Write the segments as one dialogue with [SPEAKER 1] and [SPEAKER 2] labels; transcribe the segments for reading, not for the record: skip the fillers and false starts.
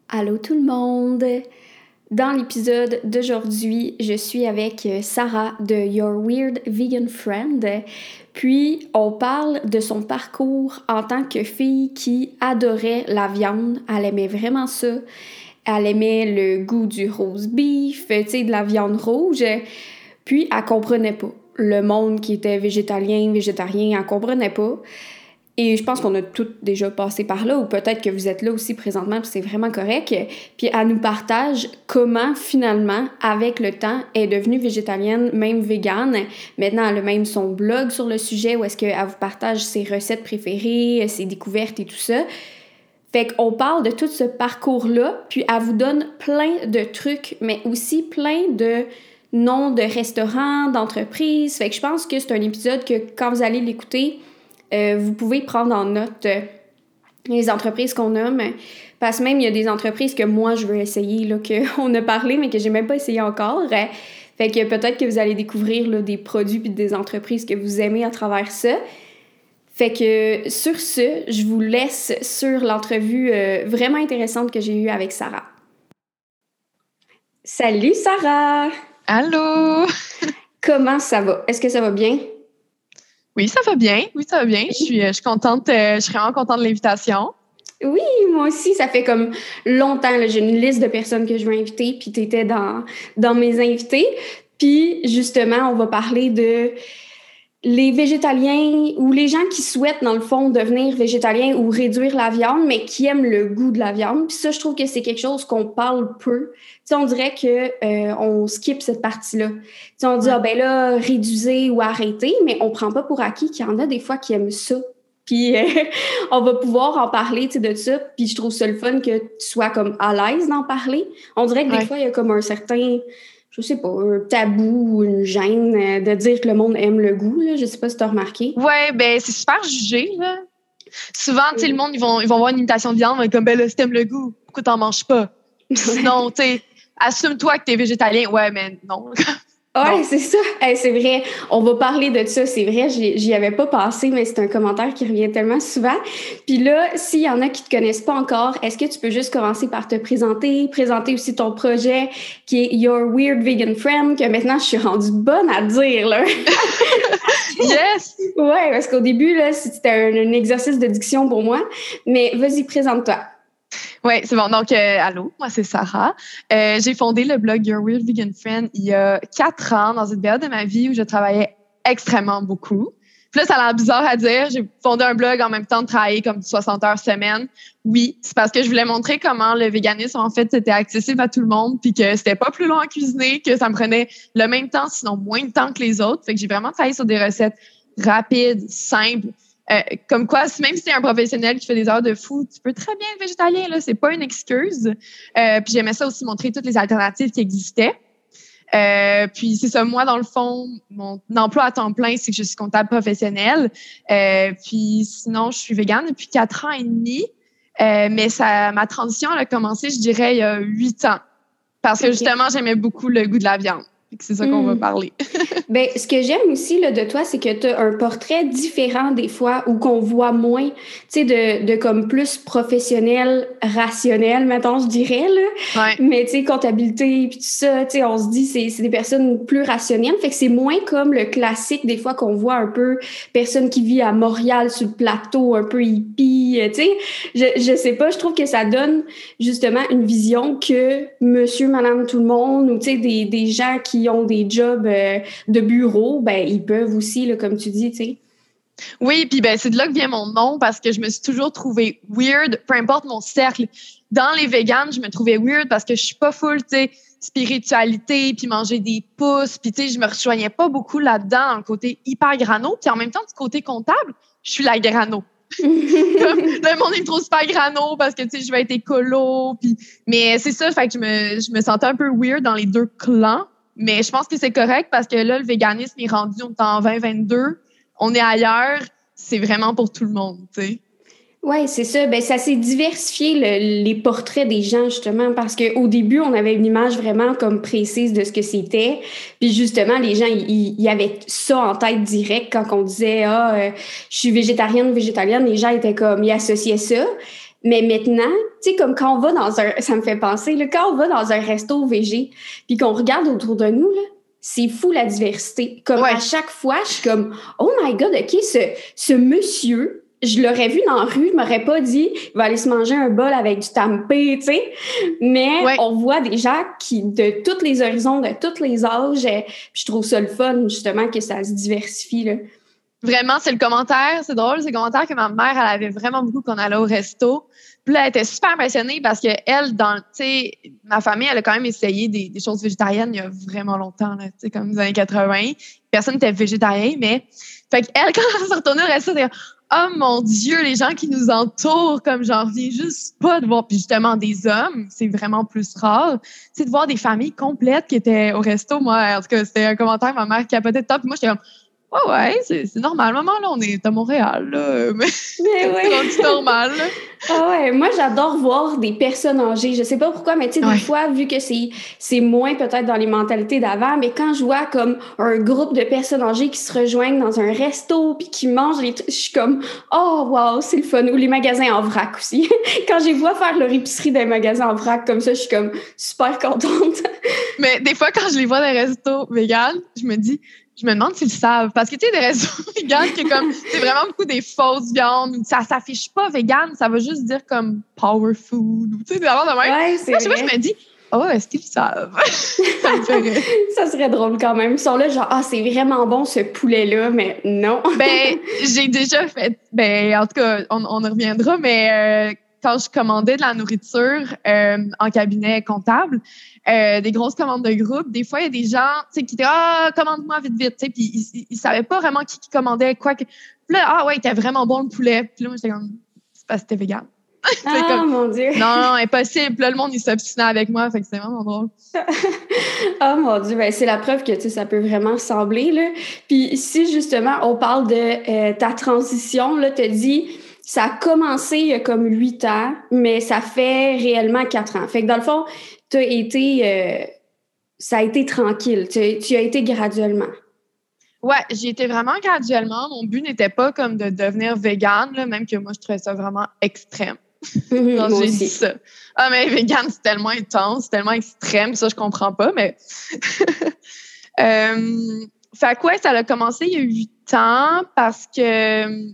[SPEAKER 1] Allô tout le monde! Dans l'épisode d'aujourd'hui, je suis avec Sarah de Your Weird Vegan Friend. Puis, on parle de son parcours en tant que fille qui adorait la viande. Elle aimait vraiment ça. Elle aimait le goût du roast beef, tu sais, de la viande rouge. Puis, elle comprenait pas. Le monde qui était végétalien, végétarien, elle comprenait pas. Et je pense qu'on a toutes déjà passé par là, ou peut-être que vous êtes là aussi présentement, puis c'est vraiment correct. Puis elle nous partage comment, finalement, avec le temps, elle est devenue végétalienne, même végane. Maintenant, elle a même son blog sur le sujet, où est-ce qu'elle vous partage ses recettes préférées, ses découvertes et tout ça. Fait qu'on parle de tout ce parcours-là, puis elle vous donne plein de trucs, mais aussi plein de noms de restaurants, d'entreprises. Fait que je pense que c'est un épisode que, quand vous allez l'écouter, vous pouvez prendre en note les entreprises qu'on nomme, parce que même il y a des entreprises que moi je veux essayer, là, qu'on a parlé, mais que j'ai même pas essayé encore. Fait que peut-être que vous allez découvrir là, des produits puis des entreprises que vous aimez à travers ça. Fait que sur ce, je vous laisse sur l'entrevue vraiment intéressante que j'ai eue avec Sarah. Salut Sarah!
[SPEAKER 2] Allô!
[SPEAKER 1] Comment ça va? Est-ce que ça va bien?
[SPEAKER 2] Oui, ça va bien. Oui, ça va bien. Je suis contente. Je suis vraiment contente de l'invitation.
[SPEAKER 1] Oui, moi aussi, ça fait comme longtemps. Là, j'ai une liste de personnes que je veux inviter, puis tu étais dans mes invités. Puis justement, on va parler de les végétaliens ou les gens qui souhaitent, dans le fond, devenir végétaliens ou réduire la viande, mais qui aiment le goût de la viande. Puis ça, je trouve que c'est quelque chose qu'on parle peu. Tu sais, on dirait que on skip cette partie-là. Tu sais, on dit,
[SPEAKER 2] Ouais.
[SPEAKER 1] ah ben là, réduisez ou arrêtez, mais on prend pas pour acquis qu'il y en a des fois qui aiment ça. Puis on va pouvoir en parler, tu sais, de ça. Puis je trouve ça le fun que tu sois comme à l'aise d'en parler. On dirait que des fois, il y a comme un certain, je sais pas, un tabou ou une gêne de dire que le monde aime le goût, là. Je sais pas si tu as remarqué.
[SPEAKER 2] Ouais, ben c'est super jugé, là. Souvent, tu sais, le monde, ils vont voir une imitation de viande, ils vont être comme, ben là, si t'aimes le goût, pourquoi t'en manges pas? Puis sinon, tu sais, assume-toi que t'es végétalien. Ouais, mais non.
[SPEAKER 1] Ouais,
[SPEAKER 2] Non.
[SPEAKER 1] c'est ça. Hey, c'est vrai. On va parler de ça. C'est vrai, j'y avais pas pensé, mais c'est un commentaire qui revient tellement souvent. Puis là, s'il y en a qui te connaissent pas encore, est-ce que tu peux juste commencer par te présenter aussi ton projet qui est Your Weird Vegan Friend, que maintenant je suis rendue bonne à dire, là.
[SPEAKER 2] Yes!
[SPEAKER 1] Ouais, parce qu'au début, là, c'était un exercice de diction pour moi. Mais vas-y, présente-toi.
[SPEAKER 2] Ouais, c'est bon. Donc, allô, moi, c'est Sarah. J'ai fondé le blog Your Weird Vegan Friend il y a 4 ans, dans une période de ma vie où je travaillais extrêmement beaucoup. Puis là, ça a l'air bizarre à dire. J'ai fondé un blog en même temps de travailler comme 60 heures semaine. Oui, c'est parce que je voulais montrer comment le véganisme, en fait, c'était accessible à tout le monde, puis que c'était pas plus long à cuisiner, que ça me prenait le même temps, sinon moins de temps que les autres. Fait que j'ai vraiment travaillé sur des recettes rapides, simples. Comme quoi, même si t'es un professionnel qui fait des heures de fou, tu peux très bien être végétalien, là, c'est pas une excuse. Puis j'aimais ça aussi montrer toutes les alternatives qui existaient. Puis c'est ça, moi, dans le fond, mon emploi à temps plein, c'est que je suis comptable professionnelle. Puis sinon, je suis végane depuis 4 ans et demi. Mais ma transition, elle a commencé, je dirais, il y a 8 ans. Parce que justement, j'aimais beaucoup le goût de la viande. C'est ça qu'on va parler.
[SPEAKER 1] Ben, ce que j'aime aussi là, de toi, c'est que tu as un portrait différent des fois ou qu'on voit moins, tu sais, de comme plus professionnel, rationnel, mettons, je dirais, là.
[SPEAKER 2] Ouais.
[SPEAKER 1] Mais tu sais, comptabilité puis tout ça, tu sais, on se dit c'est des personnes plus rationnelles. Fait que c'est moins comme le classique des fois qu'on voit un peu personne qui vit à Montréal sur le plateau, un peu hippie, tu sais. Je sais pas, je trouve que ça donne justement une vision que monsieur, madame, tout le monde ou tu sais, des gens qui ont des jobs de bureau, ben ils peuvent aussi, là, comme tu dis, tu sais.
[SPEAKER 2] Oui, puis ben c'est de là que vient mon nom parce que je me suis toujours trouvée weird, peu importe mon cercle. Dans les véganes, je me trouvais weird parce que je suis pas full, tu sais, spiritualité, puis manger des pousses, puis tu sais, je me rejoignais pas beaucoup là-dedans, dans le côté hyper grano, puis en même temps, du côté comptable, je suis la grano. Comme, le monde il me trouve super grano parce que tu sais je vais être écolo puis mais c'est ça, fait que je me sentais un peu weird dans les deux clans, mais je pense que c'est correct parce que là le véganisme est rendu, on est en 2022, on est ailleurs, c'est vraiment pour tout le monde, tu sais.
[SPEAKER 1] Ouais, c'est ça. Ben, ça s'est diversifié les portraits des gens, justement, parce qu'au début, on avait une image vraiment comme précise de ce que c'était. Puis justement, les gens, ils avaient ça en tête direct quand on disait, je suis végétarienne ou végétalienne, les gens étaient comme, ils associaient ça. Mais maintenant, tu sais, comme quand on va dans un... Ça me fait penser, là, quand on va dans un resto végé, puis qu'on regarde autour de nous, là, c'est fou la diversité. Comme à chaque fois, je suis comme, oh my God, OK, ce monsieur, je l'aurais vu dans la rue, je m'aurais pas dit, il va aller se manger un bol avec du tempeh, tu sais. Mais on voit des gens qui, de tous les horizons, de tous les âges, je trouve ça le fun, justement, que ça se diversifie, là.
[SPEAKER 2] Vraiment, c'est le commentaire, c'est drôle, c'est le commentaire que ma mère, elle avait vraiment beaucoup quand on allait au resto. Puis là, elle était super impressionnée parce que elle, tu sais, ma famille, elle a quand même essayé des choses végétariennes il y a vraiment longtemps, là, tu sais, comme les années 80. Personne n'était végétarien, mais... Fait qu'elle, quand elle s'est retournée au resto, elle était oh mon Dieu, les gens qui nous entourent, comme j'en reviens juste pas de voir. Puis justement, des hommes, c'est vraiment plus rare. Tu sais, de voir des familles complètes qui étaient au resto, moi, en tout cas, c'était un commentaire, ma mère capotait de top. Puis moi, j'étais comme... Ouais, c'est normal. Maman, là, on est à Montréal, là. Mais c'est normal, là.
[SPEAKER 1] Ah ouais, moi, j'adore voir des personnes âgées. Je sais pas pourquoi, mais tu sais, des fois, vu que c'est moins peut-être dans les mentalités d'avant, mais quand je vois comme un groupe de personnes âgées qui se rejoignent dans un resto puis qui mangent les trucs, je suis comme, oh, wow, c'est le fun. Ou les magasins en vrac aussi. Quand j'ai vu faire leur épicerie dans les magasins en vrac comme ça, je suis comme super contente.
[SPEAKER 2] Mais des fois, quand je les vois dans les restos vegan, je me demande s'ils le savent. Parce que, tu sais, des restos vegan, c'est vraiment beaucoup des fausses viandes. Ça s'affiche pas vegan, ça va juste dire comme power food. Tu sais, vraiment de même.
[SPEAKER 1] Ouais, c'est vrai.
[SPEAKER 2] Je me dis, oh, est-ce qu'ils le savent? Ça me ferait.
[SPEAKER 1] Ça serait drôle quand même. Ils sont là, genre, ah, c'est vraiment bon ce poulet-là, mais non.
[SPEAKER 2] J'ai déjà fait. En tout cas, on y reviendra, mais quand je commandais de la nourriture en cabinet comptable, des grosses commandes de groupe, des fois, il y a des gens qui étaient commande-moi vite, tu sais, puis ils savaient pas vraiment qui commandait quoi. Puis là, il était vraiment bon le poulet. Puis là, moi, j'étais comme, c'est parce que c'était vegan.
[SPEAKER 1] Mon Dieu.
[SPEAKER 2] Non, impossible. Puis là, le monde, il s'obstinait avec moi, fait que c'était vraiment drôle.
[SPEAKER 1] Oh mon Dieu, c'est la preuve que, tu sais, ça peut vraiment ressembler, là. Puis si, justement, on parle de ta transition, là, t'as dit... Ça a commencé il y a comme 8 ans, mais ça fait réellement 4 ans. Fait que dans le fond, ça a été tranquille. Tu as été graduellement.
[SPEAKER 2] Ouais, j'y étais vraiment graduellement. Mon but n'était pas comme de devenir végane, là, même que moi, je trouvais ça vraiment extrême. J'ai dit ça. Ah, mais végane, c'est tellement intense, c'est tellement extrême, ça, je comprends pas, mais... Fait que ouais, ça a commencé il y a 8 ans parce que...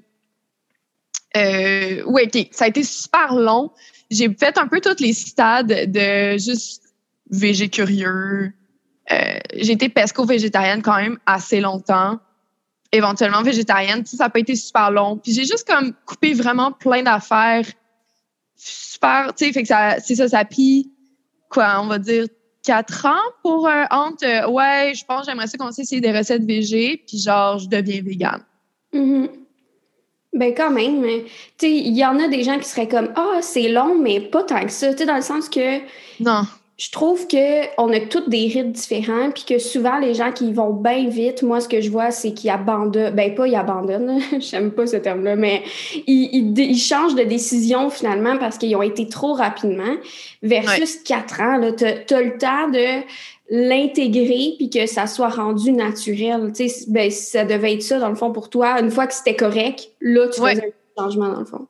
[SPEAKER 2] OK, ça a été super long. J'ai fait un peu tous les stades de juste végé curieux. J'ai été pesco-végétarienne quand même assez longtemps. Éventuellement végétarienne. Ça n'a pas été super long. Puis j'ai juste comme coupé vraiment plein d'affaires. Super, tu sais, fait que ça a pris, quoi, on va dire 4 ans pour entre, je pense que j'aimerais ça commencer à essayer des recettes végé, puis genre, je deviens végane.
[SPEAKER 1] Mm-hmm. Ben quand même, tu sais, il y en a des gens qui seraient comme c'est long, mais pas tant que ça, tu sais, dans le sens que
[SPEAKER 2] non,
[SPEAKER 1] je trouve que on a tous des rythmes différents, puis que souvent les gens qui vont bien vite, moi ce que je vois c'est qu'ils abandonnent, pas ils abandonnent, j'aime pas ce terme-là, mais ils changent de décision finalement parce qu'ils ont été trop rapidement, versus 4 ans là, t'as le temps de l'intégrer puis que ça soit rendu naturel. Tu sais, ça devait être ça, dans le fond, pour toi. Une fois que c'était correct, là, tu faisais un changement, dans le fond.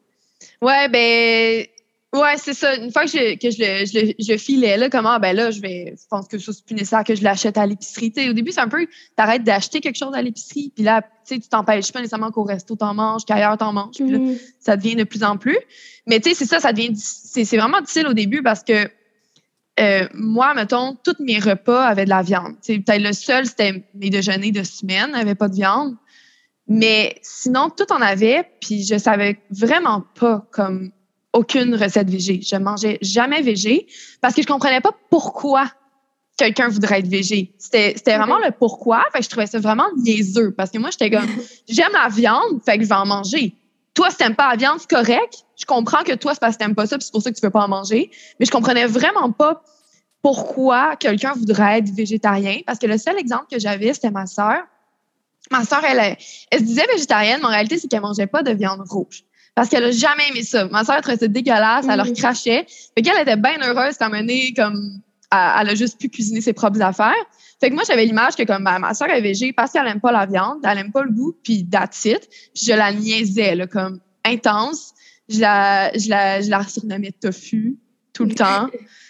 [SPEAKER 2] Ouais, c'est ça. Une fois que je filais, là, comment, là, je pense que c'est plus nécessaire que je l'achète à l'épicerie. Tu sais, au début, c'est un peu, t'arrêtes d'acheter quelque chose à l'épicerie, puis là, tu sais, tu t'empêches pas nécessairement qu'au resto t'en manges, qu'ailleurs t'en manges. Puis là, ça devient de plus en plus. Mais tu sais, c'est ça, c'est vraiment difficile au début parce que moi, mettons, tous mes repas avaient de la viande. T'sais, peut-être le seul, c'était mes déjeuners de semaine, n'avaient pas de viande. Mais sinon, tout en avait, puis je savais vraiment pas comme aucune recette végé. Je mangeais jamais végé parce que je comprenais pas pourquoi quelqu'un voudrait être végé. C'était vraiment le pourquoi. Fait que je trouvais ça vraiment niaiseux parce que moi, j'étais comme, j'aime la viande, fait que je vais en manger. Toi, si t'aimes pas la viande, c'est correct. Je comprends que toi, c'est parce que t'aimes pas ça, puis c'est pour ça que tu veux pas en manger. Mais je comprenais vraiment pas pourquoi quelqu'un voudrait être végétarien. Parce que le seul exemple que j'avais, c'était ma sœur. Ma sœur, elle se disait végétarienne, mais en réalité, c'est qu'elle mangeait pas de viande rouge. Parce qu'elle a jamais aimé ça. Ma sœur, elle trouvait ça dégueulasse, elle leur crachait. Fait qu'elle était bien heureuse quand elle a juste pu cuisiner ses propres affaires. Fait que moi, j'avais l'image que comme ma sœur est végé parce qu'elle aime pas la viande, elle aime pas le goût, puis that's it. Puis je la niaisais, là, comme intense. je la surnommais Tofu tout le temps.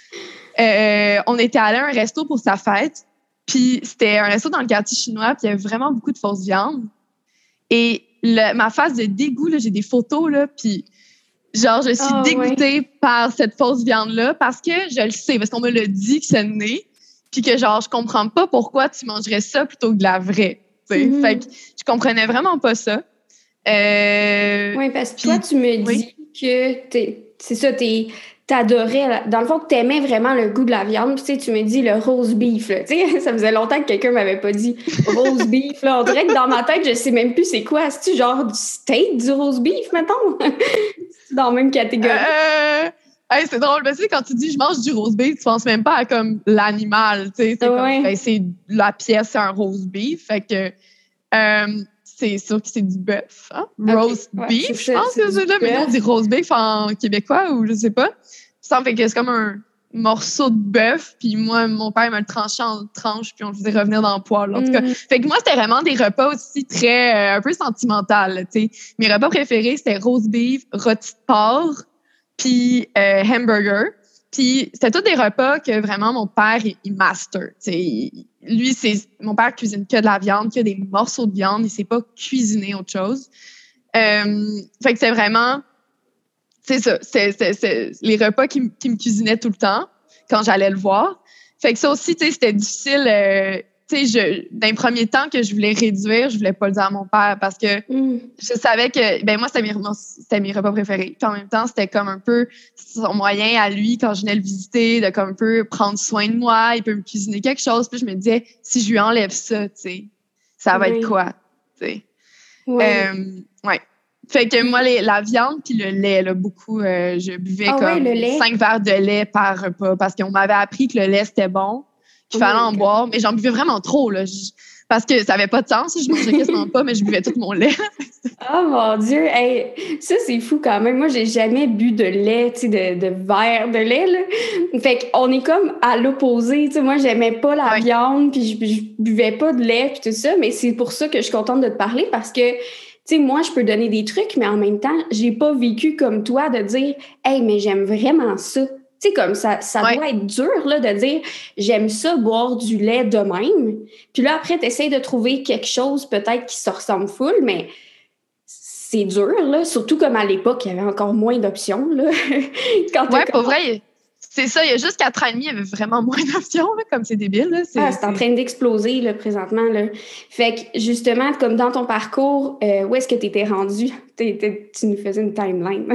[SPEAKER 2] On était allé à un resto pour sa fête, puis c'était un resto dans le quartier chinois, puis il y avait vraiment beaucoup de fausse viande. Et ma phase de dégoût, là, j'ai des photos, là, puis genre, je suis dégoûtée par cette fausse viande-là parce que je le sais, parce qu'on me l'a dit que c'est né, puis que genre, je comprends pas pourquoi tu mangerais ça plutôt que de la vraie. Mm-hmm. Fait que je comprenais vraiment pas ça.
[SPEAKER 1] Oui, parce que toi, tu me dis que c'est ça, t'adorais, dans le fond, que t'aimais vraiment le goût de la viande. Puis tu me dis le roast beef, là. Tu sais, ça faisait longtemps que quelqu'un m'avait pas dit roast beef, là. On dirait que dans ma tête, je sais même plus c'est quoi. C'est-tu genre du steak, du roast beef, mettons? C'est dans la même catégorie.
[SPEAKER 2] Hey, c'est drôle, parce que quand tu dis je mange du roast beef, tu penses même pas à comme l'animal, tu sais. C'est comme, ben, c'est la pièce, c'est un roast beef. Fait que c'est sûr que c'est du bœuf, hein? Roast beef, je pense que c'est là, mais nous, on dit roast beef en québécois ou je sais pas. Ça fait que c'est comme un morceau de bœuf, puis moi, mon père me le tranchait en tranches, puis on le faisait revenir dans le poêle. En tout cas, fait que moi, c'était vraiment des repas aussi très, un peu sentimental, tu sais. Mes repas préférés, c'était roast beef, rôti de porc, puis hamburger. Puis c'était tous des repas que vraiment mon père, il master. T'sais. Lui, mon père cuisine que de la viande, que des morceaux de viande. Il sait pas cuisiner autre chose. Fait que c'est vraiment... C'est ça. C'est les repas qu'il me cuisinait tout le temps quand j'allais le voir. Fait que ça aussi, c'était difficile... dans les premiers temps que je voulais réduire, je voulais pas le dire à mon père parce que je savais que, ben moi, c'était mes repas préférés. Puis en même temps, c'était comme un peu son moyen à lui, quand je venais le visiter, de comme un peu prendre soin de moi, il peut me cuisiner quelque chose. Puis je me disais, si je lui enlève ça, tu sais, ça va être quoi, tu sais. Ouais. Fait que moi, la viande puis le lait, là, beaucoup, je buvais comme 5 verres de lait par repas parce qu'on m'avait appris que le lait, c'était bon. Qu'il fallait en boire, mais j'en buvais vraiment trop, là. Parce que ça avait pas de sens. Je mangeais quasiment pas, mais je buvais tout mon lait.
[SPEAKER 1] Oh mon Dieu! Hey, ça, c'est fou quand même. Moi, j'ai jamais bu de lait, tu sais, de verre de lait, là. Fait qu'on est comme à l'opposé. Tu sais, moi, j'aimais pas la viande, puis je buvais pas de lait, puis tout ça. Mais c'est pour ça que je suis contente de te parler, parce que, tu sais, moi, je peux donner des trucs, mais en même temps, j'ai pas vécu comme toi de dire « Hey, mais j'aime vraiment ça. » Tu sais, comme ça doit être dur, là, de dire « J'aime ça, boire du lait de même. » Puis là, après, t'essayes de trouver quelque chose peut-être qui se ressemble full, mais c'est dur, là. Surtout comme à l'époque, il y avait encore moins d'options, là.
[SPEAKER 2] Pour vrai, c'est ça. Il y a juste 4 ans et demi, il y avait vraiment moins d'options, là, comme c'est débile, là.
[SPEAKER 1] C'est en train d'exploser, là, présentement, là. Fait que, justement, comme dans ton parcours, où est-ce que tu étais rendu? Tu nous faisais une timeline.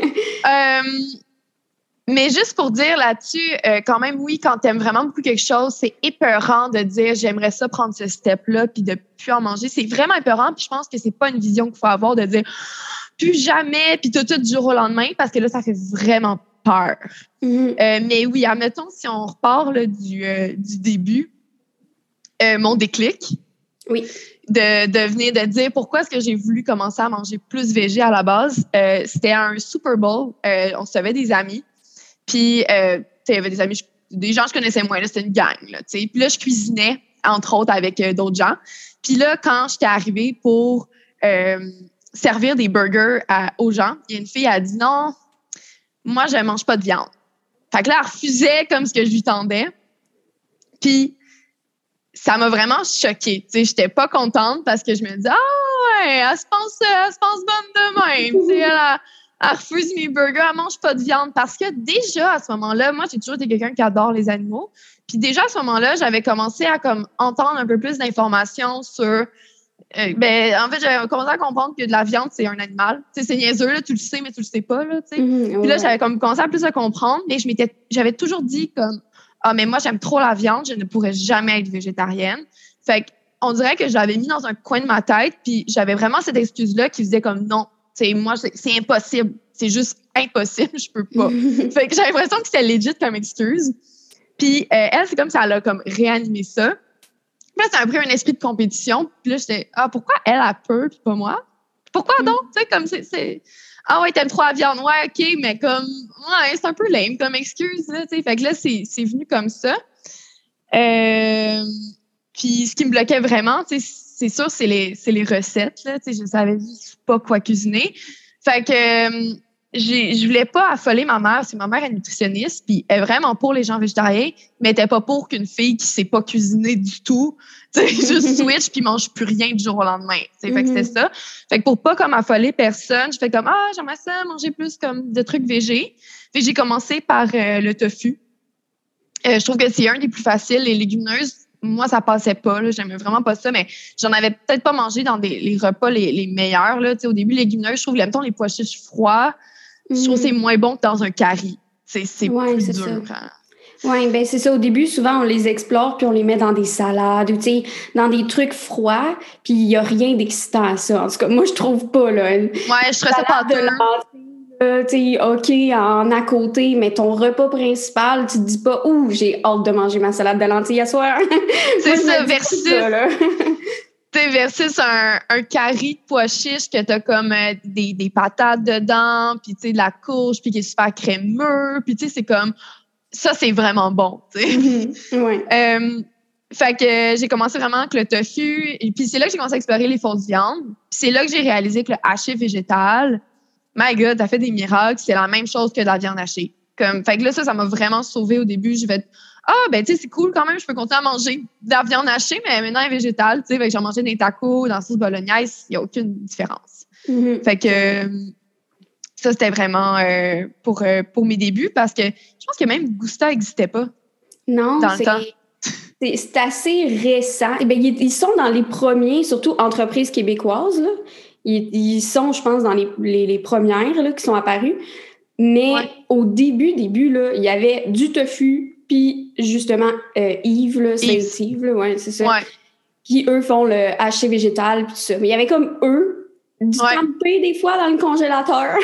[SPEAKER 2] Mais juste pour dire là-dessus, quand même, oui, quand t'aimes vraiment beaucoup quelque chose, c'est épeurant de dire j'aimerais ça prendre ce step-là puis de plus en manger. C'est vraiment épeurant, puis je pense que c'est pas une vision qu'il faut avoir de dire plus jamais puis tout du jour au lendemain parce que là, ça fait vraiment peur. Mais oui, admettons, si on repart là, du début, mon déclic.
[SPEAKER 1] Oui.
[SPEAKER 2] De venir de dire pourquoi est-ce que j'ai voulu commencer à manger plus végé à la base. C'était un Super Bowl. On se avait des amis. Puis, il y avait des amis, des gens que je connaissais moins, là, c'était une gang, là, tu sais. Puis là, je cuisinais, entre autres, avec d'autres gens. Puis là, quand j'étais arrivée pour servir des burgers aux gens, il y a une fille, elle a dit non, moi, je mange pas de viande. Fait que là, elle refusait comme ce que je lui tendais. Puis, ça m'a vraiment choquée. Tu sais, j'étais pas contente parce que je me disais, elle se pense bonne de même. Tu sais, elle refuse mes burgers, elle mange pas de viande. Parce que déjà, à ce moment-là, moi, j'ai toujours été quelqu'un qui adore les animaux. Puis déjà, à ce moment-là, j'avais commencé à comme entendre un peu plus d'informations sur... en fait, j'avais commencé à comprendre que de la viande, c'est un animal. Tu sais, c'est niaiseux, là, tu le sais, mais tu le sais pas, là, tu sais. Puis là, j'avais comme commencé à plus à comprendre, mais j'avais toujours dit comme, mais moi, j'aime trop la viande, je ne pourrais jamais être végétarienne. Fait qu'on dirait que je l'avais mis dans un coin de ma tête, puis j'avais vraiment cette excuse-là qui faisait comme, non, tu sais, moi, c'est impossible. C'est juste impossible, je peux pas. Fait que j'avais l'impression que c'était legit comme excuse. Puis elle, c'est comme ça, elle a comme réanimé ça. Puis là, c'est un peu un esprit de compétition. Puis là, j'étais, pourquoi elle a peur puis pas moi? Pourquoi donc? Tu sais, comme c'est... Ah ouais, t'aimes trop la viande. Ouais, OK, mais comme... Ouais, c'est un peu lame comme excuse, là, tu sais. Fait que là, c'est venu comme ça. Puis ce qui me bloquait vraiment, tu sais, c'est sûr, c'est les recettes, là. Tu sais, je savais juste pas quoi cuisiner. Fait que je voulais pas affoler ma mère, parce que ma mère est nutritionniste, puis elle est vraiment pour les gens végétariens, mais elle était pas pour qu'une fille qui sait pas cuisiner du tout, tu sais, juste switch puis mange plus rien du jour au lendemain. Fait que c'était ça. Fait que pour pas comme affoler personne, je fais comme j'aimerais ça manger plus comme de trucs végés. Fait que j'ai commencé par le tofu. Je trouve que c'est un des plus faciles. Les légumineuses, moi, ça passait pas. Là, j'aimais vraiment pas ça, mais j'en avais peut-être pas mangé dans les repas les meilleurs. Là. Au début, les légumineuses, je trouve, mettons, les pois chiches froids, je trouve que c'est moins bon que dans un curry. C'est plus dur. Hein.
[SPEAKER 1] Oui, ben c'est ça. Au début, souvent, on les explore puis on les met dans des salades ou, dans des trucs froids, puis il n'y a rien d'excitant à ça. En tout cas, moi, je trouve pas, là.
[SPEAKER 2] Ouais, je trouve ça pâteux.
[SPEAKER 1] OK, en à côté, mais ton repas principal, tu te dis pas, j'ai hâte de manger ma salade de lentilles à soir.
[SPEAKER 2] C'est ça, versus un curry de pois chiches que t'as comme des patates dedans, puis tu sais, de la courge, puis qui est super crémeux, puis tu sais, c'est comme, ça, c'est vraiment bon, tu sais.
[SPEAKER 1] Ouais.
[SPEAKER 2] Fait que j'ai commencé vraiment avec le tofu, et puis c'est là que j'ai commencé à explorer les fausses viandes, puis c'est là que j'ai réalisé que le haché végétal, my God, t'as fait des miracles, c'est la même chose que de la viande hachée. Fait que là, ça m'a vraiment sauvée au début. Je vais ben, tu sais, c'est cool quand même, je peux continuer à manger de la viande hachée, mais maintenant, elle est végétale, tu sais. Fait que j'ai mangé des tacos dans la sauce bolognaise, il n'y a aucune différence. Fait que ça, c'était vraiment pour mes débuts, parce que je pense que même Gousta n'existait pas.
[SPEAKER 1] Non,
[SPEAKER 2] dans le temps.
[SPEAKER 1] C'est assez récent. Eh bien, ils sont dans les premiers, surtout entreprises québécoises, là. Ils sont, je pense, dans les premières là, qui sont apparues. Mais au début, là, il y avait du tofu, puis justement, Yves, là, Saint-Yves, là, ouais, c'est ça.
[SPEAKER 2] Ouais.
[SPEAKER 1] Puis eux font le haché végétal, puis tout ça. Mais il y avait comme du tempeh des fois dans le congélateur.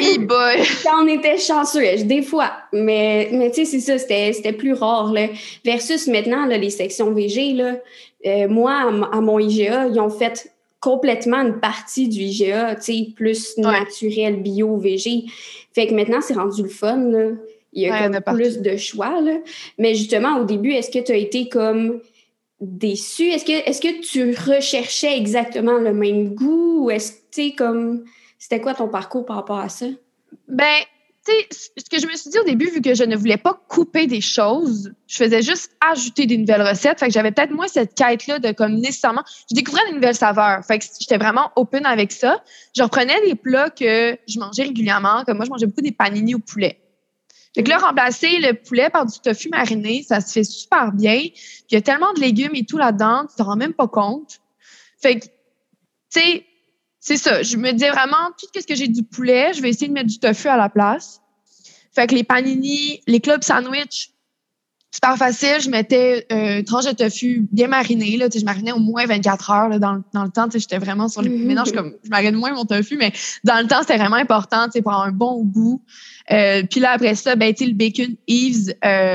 [SPEAKER 1] Quand on était chanceux, des fois. Mais tu sais, c'est ça, c'était plus rare, là. Versus maintenant, là, les sections végé, là, moi, à mon IGA, ils ont fait complètement une partie du IGA, tu sais, plus naturel, bio, végé. Fait que maintenant, c'est rendu le fun, là. Il y a comme plus de choix, là. Mais justement, au début, est-ce que tu as été comme déçu? Est-ce que tu recherchais exactement le même goût? Ou est-ce que, comme, c'était quoi ton parcours par rapport à ça?
[SPEAKER 2] Ben, tu sais, ce que je me suis dit au début, vu que je ne voulais pas couper des choses, je faisais juste ajouter des nouvelles recettes. Fait que j'avais peut-être moins cette quête-là de comme nécessairement. Je découvrais des nouvelles saveurs. Fait que j'étais vraiment open avec ça. Je reprenais des plats que je mangeais régulièrement. Comme moi, je mangeais beaucoup des panini au poulet. Fait que là, remplacer le poulet par du tofu mariné, ça se fait super bien. Puis il y a tellement de légumes et tout là-dedans, tu t'en rends même pas compte. Fait que, tu sais, c'est ça. Je me disais vraiment, tout ce que j'ai du poulet, je vais essayer de mettre du tofu à la place. Fait que les panini, les clubs sandwich, super facile. Je mettais une tranche de tofu bien marinée. Là, je marinais au moins 24 heures là, dans le temps. J'étais vraiment sur les... Maintenant, je marine moins mon tofu, mais dans le temps, c'était vraiment important pour avoir un bon goût. Puis là, après ça, ben, le bacon Yves,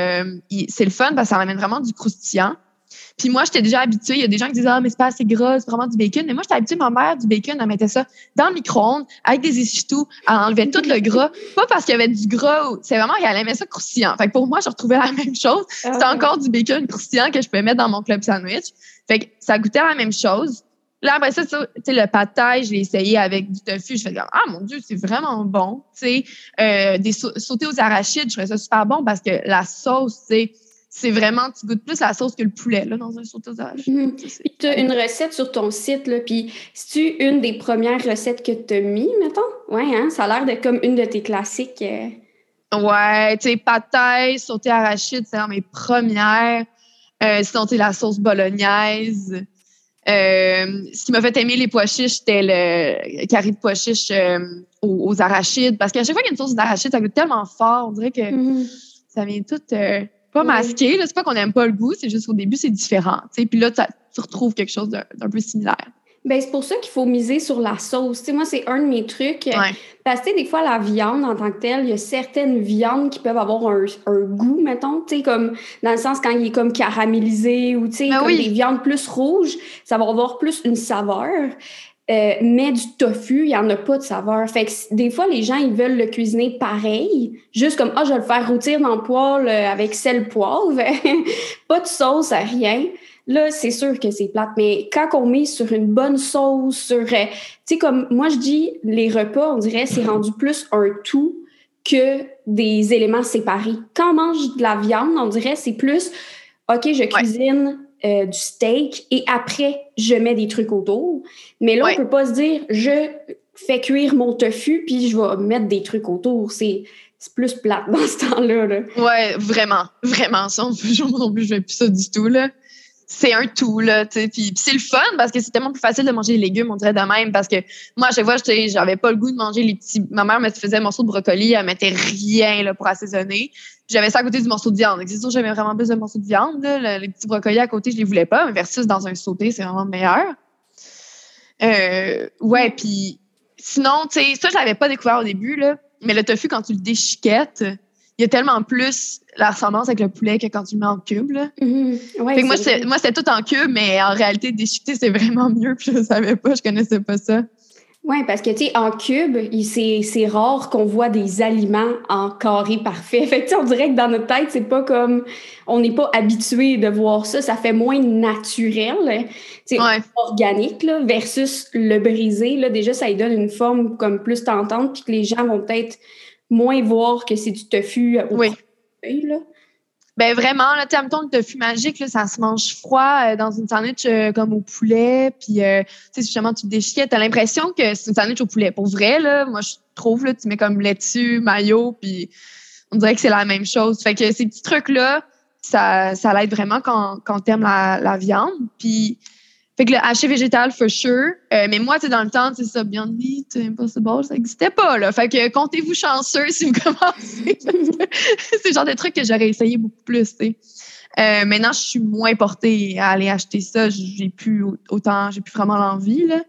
[SPEAKER 2] c'est le fun parce que ça amène vraiment du croustillant. Puis moi, j'étais déjà habituée. Il y a des gens qui disent mais c'est pas assez gras, c'est vraiment du bacon. Mais moi, j'étais habituée, ma mère, du bacon, elle mettait ça dans le micro-ondes avec des essuie-tout. Elle enlevait tout le gras. Pas parce qu'il y avait du gras. C'est vraiment qu'elle aimait ça croustillant. Fait que pour moi, je retrouvais la même chose. C'était encore du bacon croustillant que je pouvais mettre dans mon club sandwich. Fait que ça goûtait la même chose. Là, après ça, tu sais, le pad thai, je l'ai essayé avec du tofu. Je fais comme, mon Dieu, c'est vraiment bon. Tu sais, des sautés aux arachides, je trouvais ça super bon parce que la sauce, c'est vraiment, tu goûtes plus la sauce que le poulet, là, dans un sauté aux arachides.
[SPEAKER 1] Puis tu as une recette sur ton site, là, puis c'est-tu une des premières recettes que tu as mis, mettons? Ouais, hein? Ça a l'air d'être comme une de tes classiques.
[SPEAKER 2] Ouais, tu sais, pad thai, sauté arachides, c'est dans mes premières. Sinon, tu sais, la sauce bolognaise. Ce qui m'a fait aimer les pois chiches, c'était le curry de pois chiches aux arachides. Parce qu'à chaque fois qu'il y a une sauce d'arachides, ça goûte tellement fort. On dirait que ça vient tout pas masqué. Là. C'est pas qu'on n'aime pas le goût, c'est juste qu'au début, c'est différent. T'sais. Puis là, tu retrouves quelque chose d'un peu similaire.
[SPEAKER 1] Ben, c'est pour ça qu'il faut miser sur la sauce. T'sais, moi, c'est un de mes trucs. Parce que des fois, la viande en tant que telle, il y a certaines viandes qui peuvent avoir un goût, mettons, comme dans le sens quand il est comme caramélisé ou comme des viandes plus rouges, ça va avoir plus une saveur. Mais du tofu, il n'y en a pas de saveur. Fait que des fois, les gens, ils veulent le cuisiner pareil, juste comme, je vais le faire rôtir dans le poêle avec sel, poivre. Pas de sauce, rien. là, c'est sûr que c'est plate. Mais quand on met sur une bonne sauce, tu sais, comme moi, je dis, les repas, on dirait, c'est rendu plus un tout que des éléments séparés. Quand on mange de la viande, on dirait, c'est plus, OK, je cuisine du steak et après, je mets des trucs autour. Mais là, on peut pas se dire, je fais cuire mon tofu puis je vais mettre des trucs autour. C'est plus plate dans ce temps-là. Là.
[SPEAKER 2] Ouais, vraiment. Vraiment. Ça, moi non plus, je fais plus ça du tout, là. C'est un tout, là, tu sais. Puis c'est le fun parce que c'est tellement plus facile de manger les légumes, on dirait de même. Parce que moi, à chaque fois, j'avais pas le goût de manger les petits. Ma mère me faisait un morceau de brocoli, elle mettait rien, là, pour assaisonner. J'avais ça à côté du morceau de viande. C'est sûr, j'aimais vraiment plus le morceau de viande, là. Les petits brocolis à côté, je les voulais pas. Versus dans un sauté, c'est vraiment meilleur. Ouais, puis sinon, tu sais, ça, je l'avais pas découvert au début, là. Mais le tofu, quand tu le déchiquettes, il y a tellement plus la ressemblance avec le poulet que quand tu le mets en cube, là.
[SPEAKER 1] Ouais,
[SPEAKER 2] fait que moi, c'était tout en cube, mais en réalité, déchiqueté, c'est vraiment mieux. Puis je ne savais pas, je connaissais pas ça.
[SPEAKER 1] Oui, parce que, tu sais, en cube, c'est rare qu'on voit des aliments en carré parfait. Fait que, on dirait que dans notre tête, c'est pas comme... On n'est pas habitué de voir ça. Ça fait moins naturel, tu sais, organique, là, versus le brisé. Là, déjà, ça lui donne une forme comme plus tentante, puis que les gens vont peut-être moins voir que c'est du tofu au feuille, là.
[SPEAKER 2] Ben vraiment, là, tu sais, mettons, le tofu magique, là, ça se mange froid dans une sandwich comme au poulet. Puis, tu sais, justement, tu déchiquettes. T'as l'impression que c'est une sandwich au poulet. Pour vrai, là, moi, je trouve, là, tu mets comme laitue, mayo, puis on dirait que c'est la même chose. Fait que ces petits trucs-là, ça l'aide vraiment quand t'aimes la viande. Puis, fait que le haché végétal, for sure. Mais moi, tu sais, dans le temps, c'est ça, Beyond Meat, Impossible, ça n'existait pas, là. Fait que comptez-vous chanceux si vous commencez. C'est le genre de truc que j'aurais essayé beaucoup plus, tu sais. Maintenant, je suis moins portée à aller acheter ça. J'ai plus vraiment l'envie, là.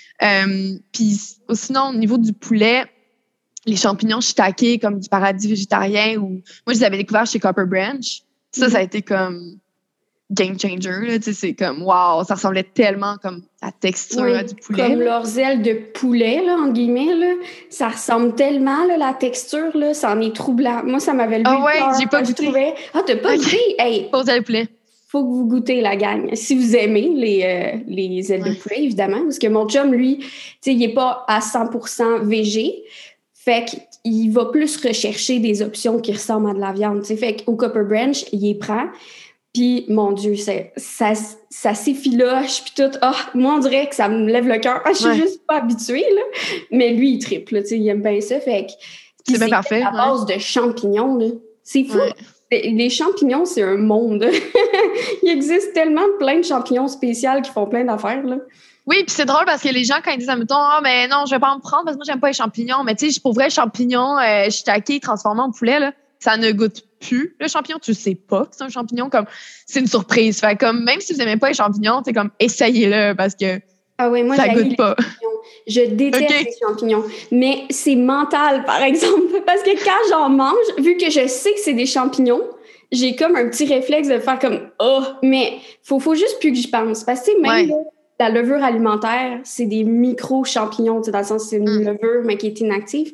[SPEAKER 2] Puis sinon, au niveau du poulet, les champignons shiitake, comme du paradis végétarien, ou moi, je les avais découverts chez Copper Branch. Ça a été comme game changer, là, tu sais, c'est comme wow, ça ressemblait tellement comme la texture du poulet.
[SPEAKER 1] Comme leurs ailes de poulet, là, en guillemets, là, ça ressemble tellement, là, la texture, là, ça en est troublant. Moi, ça m'avait levé le cœur.
[SPEAKER 2] J'ai pas goûté.
[SPEAKER 1] T'as pas goûté? Hey,
[SPEAKER 2] pose ailes de poulet.
[SPEAKER 1] Faut que vous goûtez la gang. Si vous aimez les ailes de poulet, évidemment, parce que mon chum, lui, tu sais, il est pas à 100% végé, fait qu'il va plus rechercher des options qui ressemblent à de la viande, tu sais. Fait qu'au Copper Branch, il y prend. Puis, mon Dieu, ça s'effiloche, puis tout. Moi, on dirait que ça me lève le cœur. Je suis juste pas habituée, là. Mais lui, il triple, là, tu sais, il aime bien ça. Fait que...
[SPEAKER 2] C'est bien parfait.
[SPEAKER 1] À base de champignons, là. C'est fou. Les champignons, c'est un monde. Il existe tellement plein de champignons spéciaux qui font plein d'affaires, là.
[SPEAKER 2] Oui, puis c'est drôle parce que les gens, quand ils disent, admettons, mais non, je vais pas en prendre parce que moi, j'aime pas les champignons. Mais tu sais, pour vrai, champignons, shiitake transformé en poulet, là, ça ne goûte plus le champignon. Tu sais pas que c'est un champignon. Comme, c'est une surprise. Fait comme, même si vous aimez pas les champignons, c'est comme, essayez-le parce que
[SPEAKER 1] moi,
[SPEAKER 2] ça goûte pas.
[SPEAKER 1] Je déteste les champignons. Mais c'est mental, par exemple. Parce que quand j'en mange, vu que je sais que c'est des champignons, j'ai comme un petit réflexe de faire comme mais faut juste plus que j'y pense. Parce que même là, la levure alimentaire, c'est des micro-champignons, dans le sens que c'est une levure, mais qui est inactive.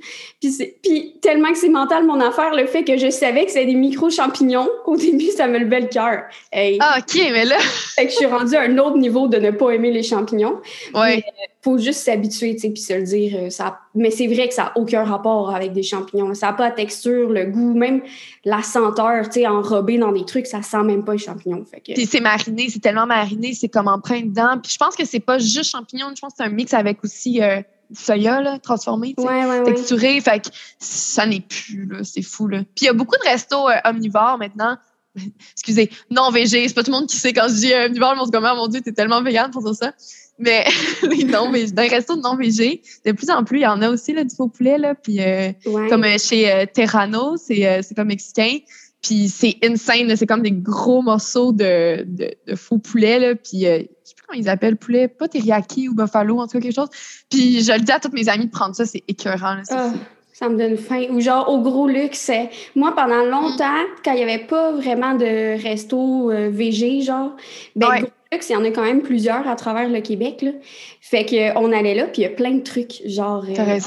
[SPEAKER 1] Puis tellement que c'est mental, mon affaire, le fait que je savais que c'était des micro-champignons, au début, ça me levait le cœur. Hey.
[SPEAKER 2] OK, mais là...
[SPEAKER 1] Fait que je suis rendue à un autre niveau de ne pas aimer les champignons. Mais faut juste s'habituer, tu sais, puis se le dire. Mais c'est vrai que ça n'a aucun rapport avec des champignons. Ça n'a pas la texture, le goût, même la senteur, tu sais, enrobée dans des trucs, ça sent même pas les champignons. Fait que...
[SPEAKER 2] Puis c'est mariné, c'est tellement mariné, c'est comme empreint dedans. Puis je pense que c'est pas juste champignons, je pense que c'est un mix avec aussi du soya, là, transformé, tu sais, texturé. Fait que ça n'est plus, là, c'est fou, là. Puis il y a beaucoup de restos omnivores maintenant. Excusez, non végé, c'est pas tout le monde qui sait quand je dis omnivore, on se dit, mon Dieu, t'es tellement végane pour dire ça. Mais les dans les restos de non végé, de plus en plus, il y en a aussi là, du faux poulet, là. Puis comme chez Terrano, c'est comme mexicain. Puis c'est insane, là, c'est comme des gros morceaux de faux poulet, là. Puis je sais plus comment ils appellent poulet, pas teriyaki ou buffalo, en tout cas quelque chose. Puis je le dis à toutes mes amies de prendre ça, c'est écœurant, là, c'est fou.
[SPEAKER 1] Ça me donne faim. Ou genre, au Gros Luxe, moi, pendant longtemps, quand il n'y avait pas vraiment de resto végé, genre, Gros Luxe, il y en a quand même plusieurs à travers le Québec, là. Fait qu'on allait là, puis il y a plein de trucs, genre...
[SPEAKER 2] T'as raison.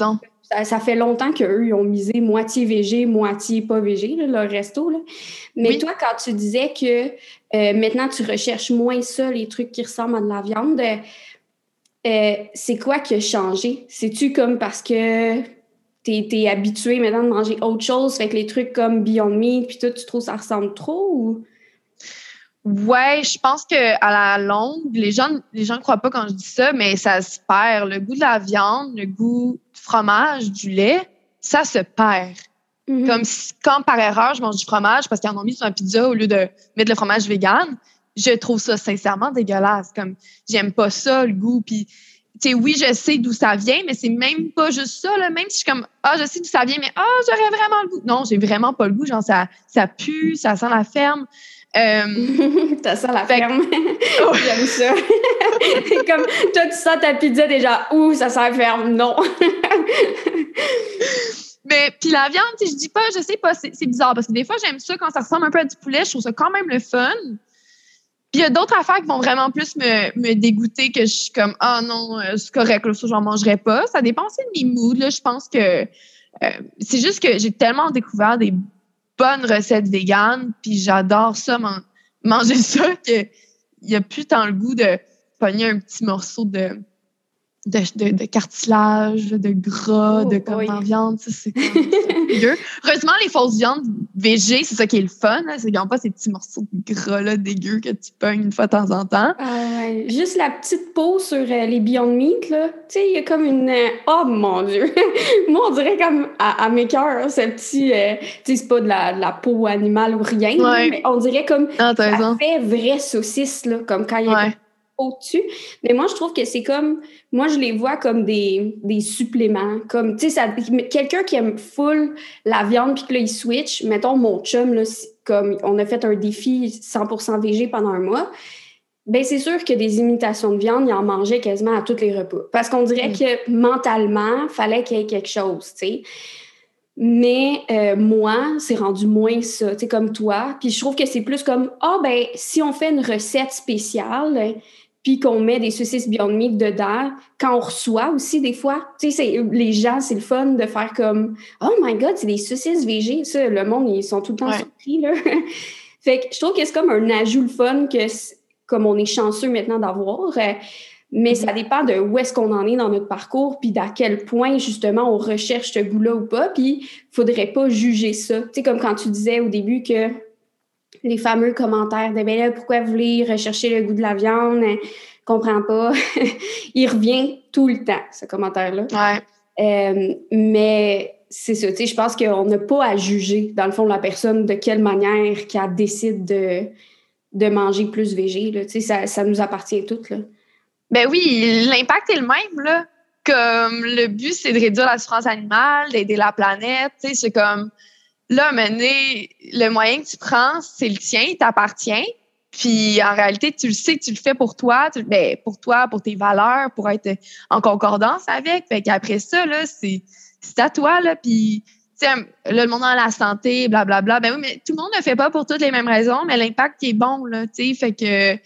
[SPEAKER 1] Ça fait longtemps qu'eux, ils ont misé moitié végé, moitié pas végé, là, leur resto. Là. Mais
[SPEAKER 2] Oui.
[SPEAKER 1] toi, quand tu disais que maintenant, tu recherches moins ça, les trucs qui ressemblent à de la viande, c'est quoi qui a changé? C'est-tu comme parce que t'es habitué maintenant de manger autre chose, fait que les trucs comme Beyond Meat puis tout, tu trouves que ça ressemble trop ou?
[SPEAKER 2] Ouais, je pense que à la longue, les gens ne croient pas quand je dis ça, mais ça se perd. Le goût de la viande, le goût du fromage, du lait, ça se perd.
[SPEAKER 1] Mm-hmm.
[SPEAKER 2] Comme si, quand par erreur, je mange du fromage parce qu'ils en ont mis sur ma pizza au lieu de mettre le fromage vegan, je trouve ça sincèrement dégueulasse. Comme, j'aime pas ça, le goût. Puis, tu sais, oui, je sais d'où ça vient, mais c'est même pas juste ça, là. Même si je suis comme, je sais d'où ça vient, mais, j'aurais vraiment le goût. Non, j'ai vraiment pas le goût. Genre, ça pue, ça sent la ferme.
[SPEAKER 1] T'as ça la ferme. J'aime ça. Comme toi, tu sens ta pizza déjà, ça sent la ferme. Non.
[SPEAKER 2] Mais puis la viande, je dis pas, je sais pas, c'est bizarre parce que des fois j'aime ça quand ça ressemble un peu à du poulet, je trouve ça quand même le fun. Puis il y a d'autres affaires qui vont vraiment plus me dégoûter que je suis comme non, c'est correct, là, ça j'en mangerai pas. Ça dépend aussi de mes moods là, je pense que c'est juste que j'ai tellement découvert des bonnes recettes véganes, puis j'adore ça manger ça que il y a plus tant le goût de pogner un petit morceau de cartilage, de gras, de comme en viande, c'est dégueu. Heureusement, les fausses viandes végé, c'est ça qui est le fun, là, c'est qu'ils n'ont pas ces petits morceaux de gras là, dégueux que tu pognes une fois de temps en temps.
[SPEAKER 1] Ouais. Juste la petite peau sur les Beyond Meat, là. Tu sais, il y a comme une... oh mon Dieu! Moi, on dirait comme à mes cœurs, ce petit... tu sais, c'est pas de la peau animale ou rien,
[SPEAKER 2] Ouais.
[SPEAKER 1] là, mais on dirait comme...
[SPEAKER 2] ça
[SPEAKER 1] fait vraie saucisse, là, comme quand il y a au-dessus. Mais moi, je trouve que c'est comme... Moi, je les vois comme des suppléments. Comme, tu sais, quelqu'un qui aime full la viande puis que là, il switch, mettons mon chum, là, comme on a fait un défi 100% végé pendant un mois, ben c'est sûr que des imitations de viande, il en mangeait quasiment à tous les repas. Parce qu'on dirait que mentalement, il fallait qu'il y ait quelque chose, tu sais. Mais moi, c'est rendu moins ça, tu sais, comme toi. Puis je trouve que c'est plus comme, si on fait une recette spéciale, puis qu'on met des saucisses Beyond Meat dedans, quand on reçoit aussi des fois, tu sais, les gens, c'est le fun de faire comme, oh my God, c'est des saucisses végé. Ça, le monde, ils sont tout le temps surpris, là. Fait que je trouve que c'est comme un ajout le fun que, comme on est chanceux maintenant d'avoir, mais ça dépend de où est-ce qu'on en est dans notre parcours, puis d'à quel point, justement, on recherche ce goût-là ou pas, puis il faudrait pas juger ça. Tu sais, comme quand tu disais au début que les fameux commentaires de « ben là, pourquoi vous voulez rechercher le goût de la viande? Comprends pas. » Il revient tout le temps, ce commentaire-là.
[SPEAKER 2] Ouais.
[SPEAKER 1] Mais c'est ça, tu sais, je pense qu'on n'a pas à juger, dans le fond, la personne de quelle manière qu'elle décide de manger plus végé, là. Tu sais, ça nous appartient toutes, là.
[SPEAKER 2] Ben oui, l'impact est le même, là. Comme le but, c'est de réduire la souffrance animale, d'aider la planète. Tu sais, c'est comme, là, mener, le moyen que tu prends, c'est le tien, il t'appartient. Puis, en réalité, tu le sais que tu le fais pour toi, pour toi, pour tes valeurs, pour être en concordance avec. Fait qu'après ça, là, c'est à toi, là. Puis, tu sais, là, le monde dans la santé, blablabla. Ben oui, mais tout le monde ne le fait pas pour toutes les mêmes raisons, mais l'impact est bon, là, tu sais. Fait que,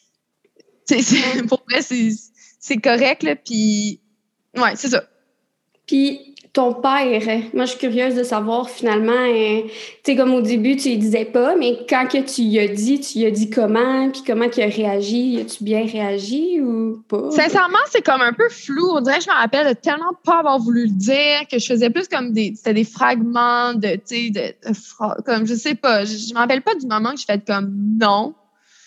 [SPEAKER 2] pour vrai, c'est correct, là, puis ouais, c'est ça.
[SPEAKER 1] Puis ton père, moi, je suis curieuse de savoir, finalement, tu sais, comme au début, tu lui disais pas, mais quand que tu lui as dit comment, puis comment il a réagi, as-tu bien réagi ou pas?
[SPEAKER 2] Sincèrement, c'est comme un peu flou. On dirait que je me rappelle de tellement pas avoir voulu le dire, que je faisais plus comme c'était des fragments de, tu sais, comme, je sais pas, je me rappelle pas du moment que j'ai fait comme non,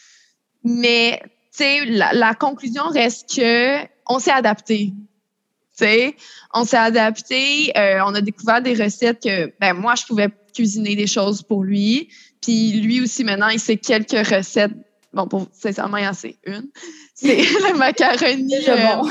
[SPEAKER 2] mais tu sais, la conclusion reste que on s'est adapté. Tu sais, on s'est adapté. On a découvert des recettes que, moi, je pouvais cuisiner des choses pour lui. Puis lui aussi, maintenant, il sait quelques recettes. Bon, sincèrement, il en sait une. C'est le macaroni.
[SPEAKER 1] Bon.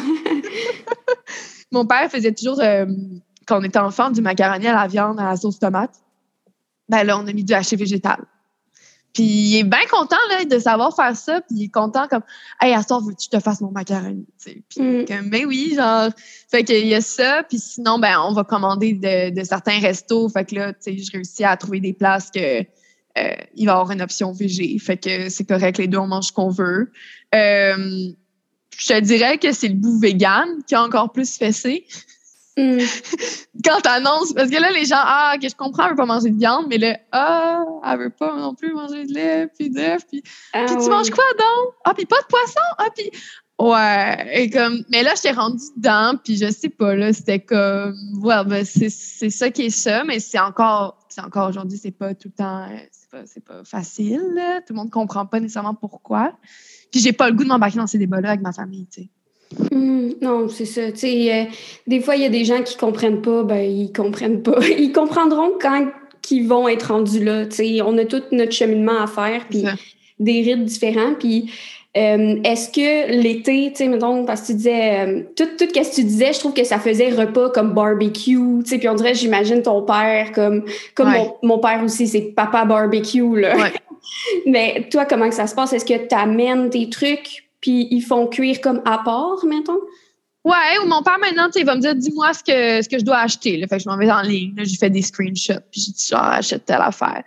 [SPEAKER 2] Mon père faisait toujours, quand on était enfant, du macaroni à la viande, à la sauce tomate. Ben là, on a mis du haché végétal. Puis il est bien content là, de savoir faire ça, puis il est content comme « Hey, à ce soir, veux-tu que je te fasse mon macaroni? » Puis comme « Ben oui, genre... » Fait qu'il y a ça, puis sinon, on va commander de certains restos. Fait que là, tu sais, je réussis à trouver des places que il va y avoir une option végé. Fait que c'est correct, les deux, on mange ce qu'on veut. Je te dirais que c'est le bout vegan qui a encore plus fessé.
[SPEAKER 1] Mm.
[SPEAKER 2] Quand t'annonces, parce que là, les gens, que je comprends, elle veut pas manger de viande, mais là, elle veut pas non plus manger de lait, puis d'œufs, puis tu manges quoi donc? Puis pas de poisson? Puis ouais, et comme, mais là, j'étais rendue dedans, puis je sais pas, là, c'était comme, ben, c'est ça qui est ça, mais c'est encore aujourd'hui, c'est pas tout le temps, c'est pas facile, là. Tout le monde comprend pas nécessairement pourquoi. Puis j'ai pas le goût de m'embarquer dans ces débats-là avec ma famille, tu sais.
[SPEAKER 1] Non, c'est ça. Tu sais, des fois, il y a des gens qui comprennent pas, ben, ils comprennent pas. Ils comprendront quand ils vont être rendus là. Tu sais, on a tout notre cheminement à faire, puis des rites différents. Puis, est-ce que l'été, tu sais, mettons, parce que tu disais, tout ce que tu disais, je trouve que ça faisait repas comme barbecue, tu sais, puis on dirait, j'imagine ton père comme
[SPEAKER 2] Ouais.
[SPEAKER 1] mon père aussi, c'est papa barbecue, là.
[SPEAKER 2] Ouais.
[SPEAKER 1] Mais toi, comment que ça se passe? Est-ce que tu amènes tes trucs puis ils font cuire comme à part, mettons?
[SPEAKER 2] Ouais, ou mon père, maintenant, il va me dire, dis-moi ce que je dois acheter. Là. Fait que je m'en vais en ligne. Là, j'ai fait des screenshots. Puis j'ai dit, genre, achète telle affaire.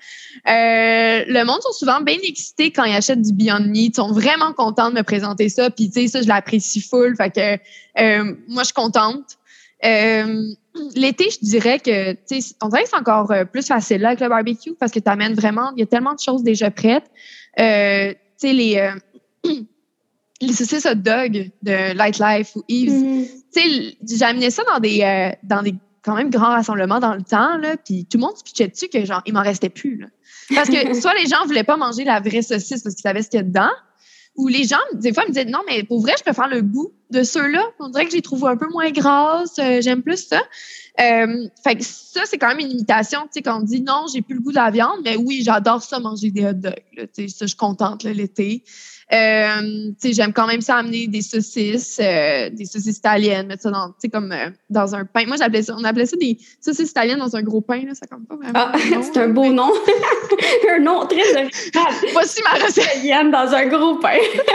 [SPEAKER 2] Le monde sont souvent bien excités quand ils achètent du Beyond Meat. Ils sont vraiment contents de me présenter ça. Puis, tu sais, ça, je l'apprécie full. Fait que moi, je suis contente. L'été, je dirais que, tu sais, on dirait que c'est encore plus facile là, avec le barbecue parce que tu amènes vraiment, il y a tellement de choses déjà prêtes. Tu sais, les saucisses hot dog de Light Life ou Yves, tu sais, j'ai amené ça dans des quand même grands rassemblements dans le temps, là, puis tout le monde se pitchait dessus que, genre, il m'en restait plus, là. Parce que soit les gens voulaient pas manger la vraie saucisse parce qu'ils savaient ce qu'il y a dedans, ou les gens, des fois, me disaient, non, mais pour vrai, je préfère le goût de ceux-là. On dirait que je les trouve un peu moins grasses, j'aime plus ça. Fait que ça, c'est quand même une imitation, tu sais, quand on dit, non, j'ai plus le goût de la viande, mais oui, j'adore ça, manger des hot dogs, là, tu sais, ça, je suis contente, là, l'été. J'aime quand même ça amener des saucisses italiennes, mettre ça dans, comme dans un pain. Moi, on appelait ça des saucisses italiennes dans un gros pain, là, ça compte pas vraiment.
[SPEAKER 1] C'est un beau nom. Un nom très original.
[SPEAKER 2] Voici ma recette.
[SPEAKER 1] Italienne dans un gros pain.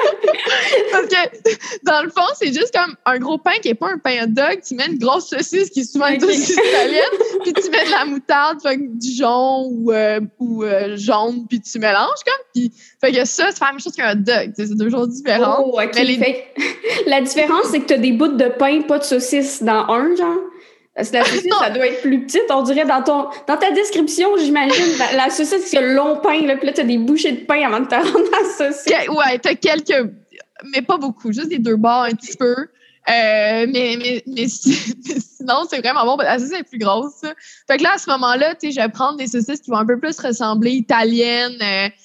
[SPEAKER 2] Parce que, dans le fond, c'est juste comme un gros pain qui n'est pas un pain hot dog. Tu mets une grosse saucisse qui est souvent une saucisse italienne, puis tu mets de la moutarde, fait que Dijon ou jaune, puis tu mélanges, comme. Puis, fait que ça, c'est pas la même chose qu'un hot dog. C'est deux choses différentes.
[SPEAKER 1] Oh, OK. Mais la différence, c'est que tu as des bouts de pain, pas de saucisse dans un, genre. Parce que la saucisse, ça doit être plus petite. On dirait dans ta description, j'imagine, la saucisse, c'est un long pain, là, puis là, tu as des bouchées de pain avant de te rendre à la saucisse.
[SPEAKER 2] Ouais, tu as quelques, mais pas beaucoup, juste des deux bords un petit peu. Mais sinon, c'est vraiment bon. La saucisse est plus grosse. Fait que là, à ce moment-là, je vais prendre des saucisses qui vont un peu plus ressembler italiennes.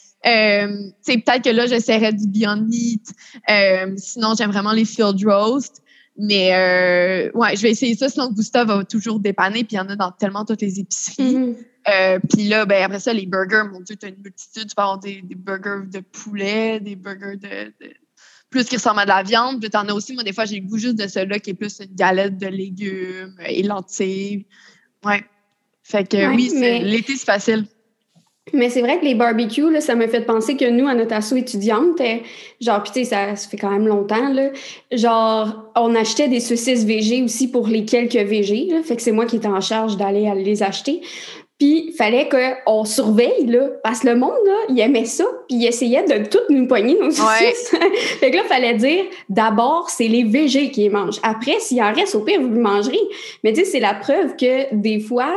[SPEAKER 2] Peut-être que là, j'essaierais du Beyond Meat. Sinon, j'aime vraiment les field roast. Mais ouais, je vais essayer ça. Sinon, Gustave va toujours dépanner. Puis il y en a dans tellement toutes les épiceries. Puis là, ben après ça, les burgers, mon Dieu, tu as une multitude. Tu peux avoir des burgers de poulet, des burgers de plus qui ressemblent à de la viande. Puis t'en as aussi, moi, des fois, j'ai le goût juste de celui-là qui est plus une galette de légumes et lentilles. Ouais. Fait que oui, l'été, c'est facile.
[SPEAKER 1] Mais c'est vrai que les barbecues, là, ça m'a fait penser que nous, à notre asso étudiante, genre, puis tu sais, ça fait quand même longtemps, là, genre, on achetait des saucisses végé aussi pour les quelques végés, là, fait que c'est moi qui étais en charge d'aller les acheter. Puis, il fallait qu'on surveille, là, parce que le monde, là, il aimait ça, puis il essayait de tout nous poigner nos saucisses. Ouais. Fait que là, il fallait dire, d'abord, c'est les végés qui les mangent. Après, s'il en reste, au pire, vous le mangerez. Mais tu sais, c'est la preuve que des fois,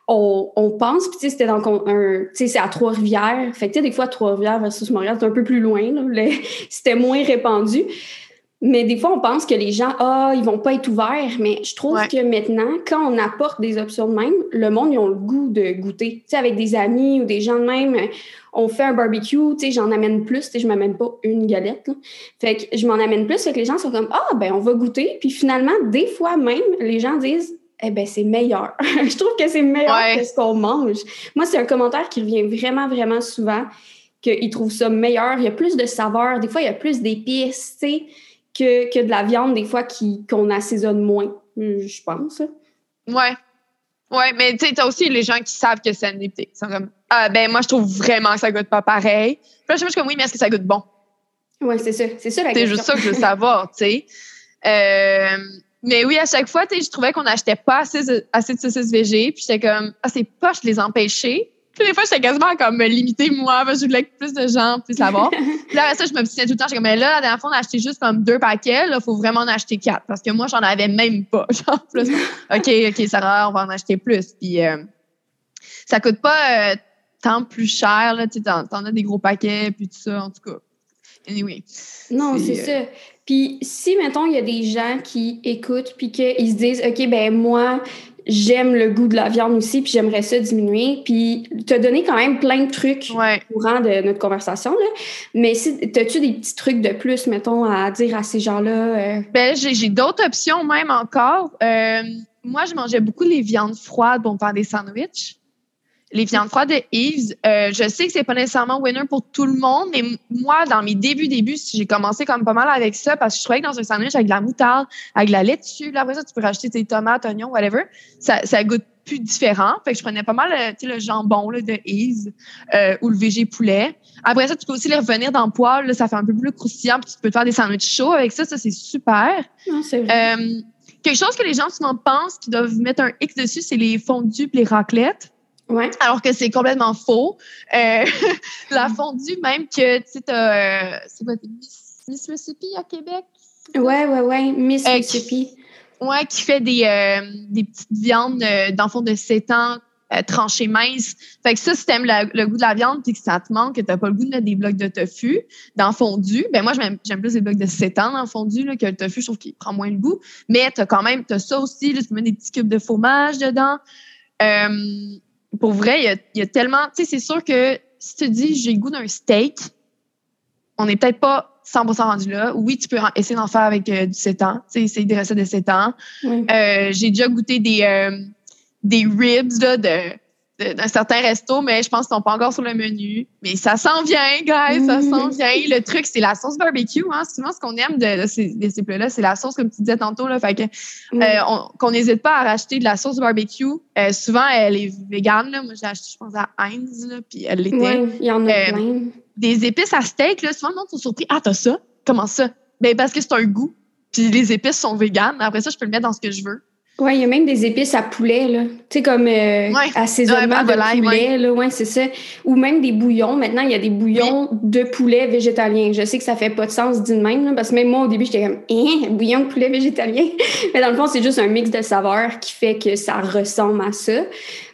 [SPEAKER 1] on pense, puis tu sais, c'était dans tu sais, c'est à Trois-Rivières. Fait que tu sais, des fois, Trois-Rivières versus Montréal, c'est un peu plus loin, là, c'était moins répandu. Mais des fois, on pense que les gens, ils vont pas être ouverts. Mais je trouve que maintenant, quand on apporte des options de même, le monde, ils ont le goût de goûter. Tu sais, avec des amis ou des gens de même, on fait un barbecue, tu sais, j'en amène plus. Tu sais, je m'amène pas une galette, là. Fait que je m'en amène plus. Fait que les gens sont comme, ben, on va goûter. Puis finalement, des fois même, les gens disent, c'est meilleur. Je trouve que c'est meilleur que ce qu'on mange. Moi, c'est un commentaire qui revient vraiment, vraiment souvent, qu'ils trouvent ça meilleur. Il y a plus de saveur. Des fois, il y a plus d'épices, tu sais, que de la viande, des fois, qu'on assaisonne moins, je pense.
[SPEAKER 2] Ouais, mais tu sais, t'as aussi les gens qui savent que c'est un épité. Ils sont comme, moi, je trouve vraiment que ça goûte pas pareil. Puis là, je suis comme, oui, mais est-ce que ça goûte bon?
[SPEAKER 1] Ouais, c'est ça. C'est ça la
[SPEAKER 2] question. C'est juste ça que je veux savoir, tu sais. Mais oui, à chaque fois, tu sais, je trouvais qu'on n'achetait pas assez de saucisses végé. Puis j'étais comme, c'est poche de les empêcher. Puis des fois, j'étais quasiment comme me limiter, moi, parce que je voulais que plus de gens puissent l'avoir. Puis là, après ça, je m'obstinais tout le temps. J'étais comme, mais là, la dernière fois, on a acheté juste comme 2 paquets. Là, il faut vraiment en acheter 4. Parce que moi, j'en avais même pas. Genre, plus. OK, Sarah, on va en acheter plus. Puis ça coûte pas tant plus cher. Là, tu sais, t'en as des gros paquets, puis tout ça, en tout cas. Anyway.
[SPEAKER 1] Non, c'est ça. Puis si, mettons, il y a des gens qui écoutent puis qu'ils se disent, OK, ben moi, j'aime le goût de la viande aussi puis j'aimerais ça diminuer. Puis t'as donné quand même plein de trucs au courant de notre conversation, là. Mais t'as-tu des petits trucs de plus, mettons, à dire à ces gens-là?
[SPEAKER 2] Ben, j'ai d'autres options même encore. Moi, je mangeais beaucoup les viandes froides pour me faire des sandwichs. Les viandes froides de Yves, je sais que c'est pas nécessairement winner pour tout le monde, mais moi, dans mes débuts, j'ai commencé comme pas mal avec ça parce que je trouvais que dans un sandwich avec de la moutarde, avec de la laitue, là, après ça, tu peux rajouter tes tomates, oignons, whatever. Ça goûte plus différent. Fait que je prenais pas mal le jambon là, de Yves ou le végé poulet. Après ça, tu peux aussi les revenir dans le poêle. Là, ça fait un peu plus croustillant puis tu peux te faire des sandwichs chauds avec ça. Ça, c'est super.
[SPEAKER 1] Non, c'est vrai.
[SPEAKER 2] Quelque chose que les gens souvent pensent qu'ils doivent mettre un X dessus, c'est les fondus et les raclettes.
[SPEAKER 1] Ouais.
[SPEAKER 2] Alors que c'est complètement faux. La fondue, même que, tu sais, c'est quoi, Miss Recipe à Québec?
[SPEAKER 1] Ouais, Miss Recipe.
[SPEAKER 2] Ouais, qui fait des petites viandes, dans le fond, de 7 ans, tranchées minces. Fait que ça, si t'aimes le goût de la viande puis que ça te manque, que t'as pas le goût de mettre des blocs de tofu dans le fondu, ben moi, j'aime plus les blocs de 7 ans dans le fondu là, que le tofu, je trouve qu'il prend moins le goût. Mais t'as ça aussi, là, tu peux mettre des petits cubes de fromage dedans. Pour vrai, il y a tellement... Tu sais, c'est sûr que si tu dis « j'ai le goût d'un steak », on n'est peut-être pas 100% rendu là. Oui, tu peux essayer d'en faire avec du 7 ans. Tu sais, essayer des recettes de 7 ans.
[SPEAKER 1] Oui.
[SPEAKER 2] J'ai déjà goûté des ribs là, d'un certain resto, mais je pense qu'ils sont pas encore sur le menu. Mais ça s'en vient, guys, ça s'en vient. Le truc, c'est la sauce barbecue. Hein. Souvent, ce qu'on aime de ces plats-là, c'est la sauce, comme tu disais tantôt. Là, fait que, qu'on n'hésite pas à racheter de la sauce barbecue. Souvent, elle est végane. Là. Moi, j'ai acheté, je pense, à Heinz, là, puis elle l'était.
[SPEAKER 1] Oui, il y en a plein.
[SPEAKER 2] Des épices à steak, là, souvent, le monde sont surpris. Ah, t'as ça? Comment ça? Ben, parce que c'est un goût. Puis les épices sont véganes. Après ça, je peux le mettre dans ce que je veux.
[SPEAKER 1] Oui, il y a même des épices à poulet, là. Tu sais, comme assaisonnement de poulet, là. Ouais, c'est ça. Ou même des bouillons. Maintenant, il y a des bouillons de poulet végétalien. Je sais que ça fait pas de sens dit de même, là, parce que même moi, au début, j'étais comme, bouillon de poulet végétalien. Mais dans le fond, c'est juste un mix de saveurs qui fait que ça ressemble à ça.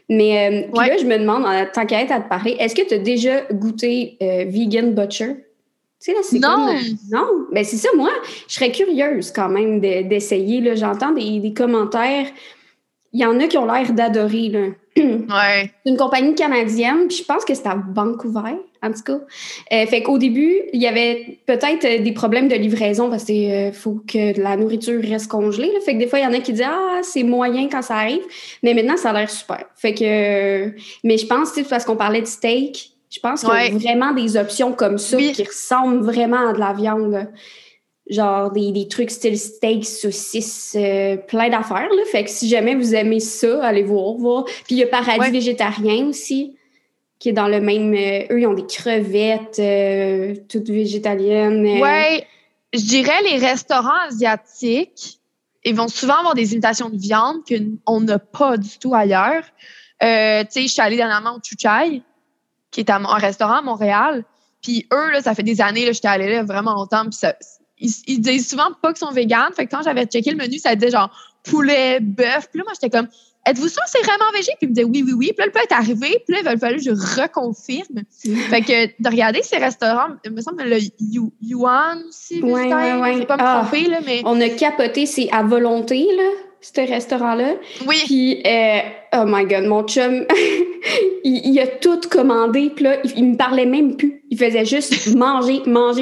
[SPEAKER 1] Mais puis là, je me demande, tant qu'à être à te parler, est-ce que tu as déjà goûté Vegan Butcher? Tu sais, là, c'est
[SPEAKER 2] non!
[SPEAKER 1] Non, ben c'est ça, moi, je serais curieuse quand même d'essayer. Là. J'entends des commentaires. Il y en a qui ont l'air d'adorer. Là.
[SPEAKER 2] Ouais.
[SPEAKER 1] C'est une compagnie canadienne, puis je pense que c'est à Vancouver, en tout cas. Fait qu'au début, il y avait peut-être des problèmes de livraison parce qu'il faut que la nourriture reste congelée. Là. Fait que des fois, il y en a qui disent « Ah, c'est moyen quand ça arrive. » Mais maintenant, ça a l'air super. Fait que... mais je pense, tu sais, parce qu'on parlait de steak... Je pense qu'il y a vraiment des options comme ça qui ressemblent vraiment à de la viande. Là. Genre des trucs style steak, saucisses, plein d'affaires. Là. Fait que si jamais vous aimez ça, allez voir. Puis il y a Paradis végétarien aussi, qui est dans le même... eux, ils ont des crevettes, toutes végétaliennes.
[SPEAKER 2] Oui, je dirais les restaurants asiatiques, ils vont souvent avoir des imitations de viande qu'on n'a pas du tout ailleurs. Tu sais, je suis allée dernièrement au Chuchai, qui est un restaurant à Montréal. Puis eux, là, ça fait des années, là, j'étais allée là vraiment longtemps. Puis ils disent souvent pas qu'ils sont véganes. Fait que quand j'avais checké le menu, ça disait genre poulet, bœuf. Puis là, moi, j'étais comme, êtes-vous sûr que c'est vraiment végé? Puis ils me disaient oui. Puis là, le plat est arrivé. Puis là, il a fallu que je reconfirme. Fait que de regarder ces restaurants, il me semble le Yuan aussi.
[SPEAKER 1] Ouais.
[SPEAKER 2] Je vais pas me tromper, là, mais...
[SPEAKER 1] On a capoté, c'est à volonté, là, ce restaurant-là.
[SPEAKER 2] Oui.
[SPEAKER 1] Puis, oh my God, mon chum, il a tout commandé. Puis là, il me parlait même plus. Il faisait juste manger.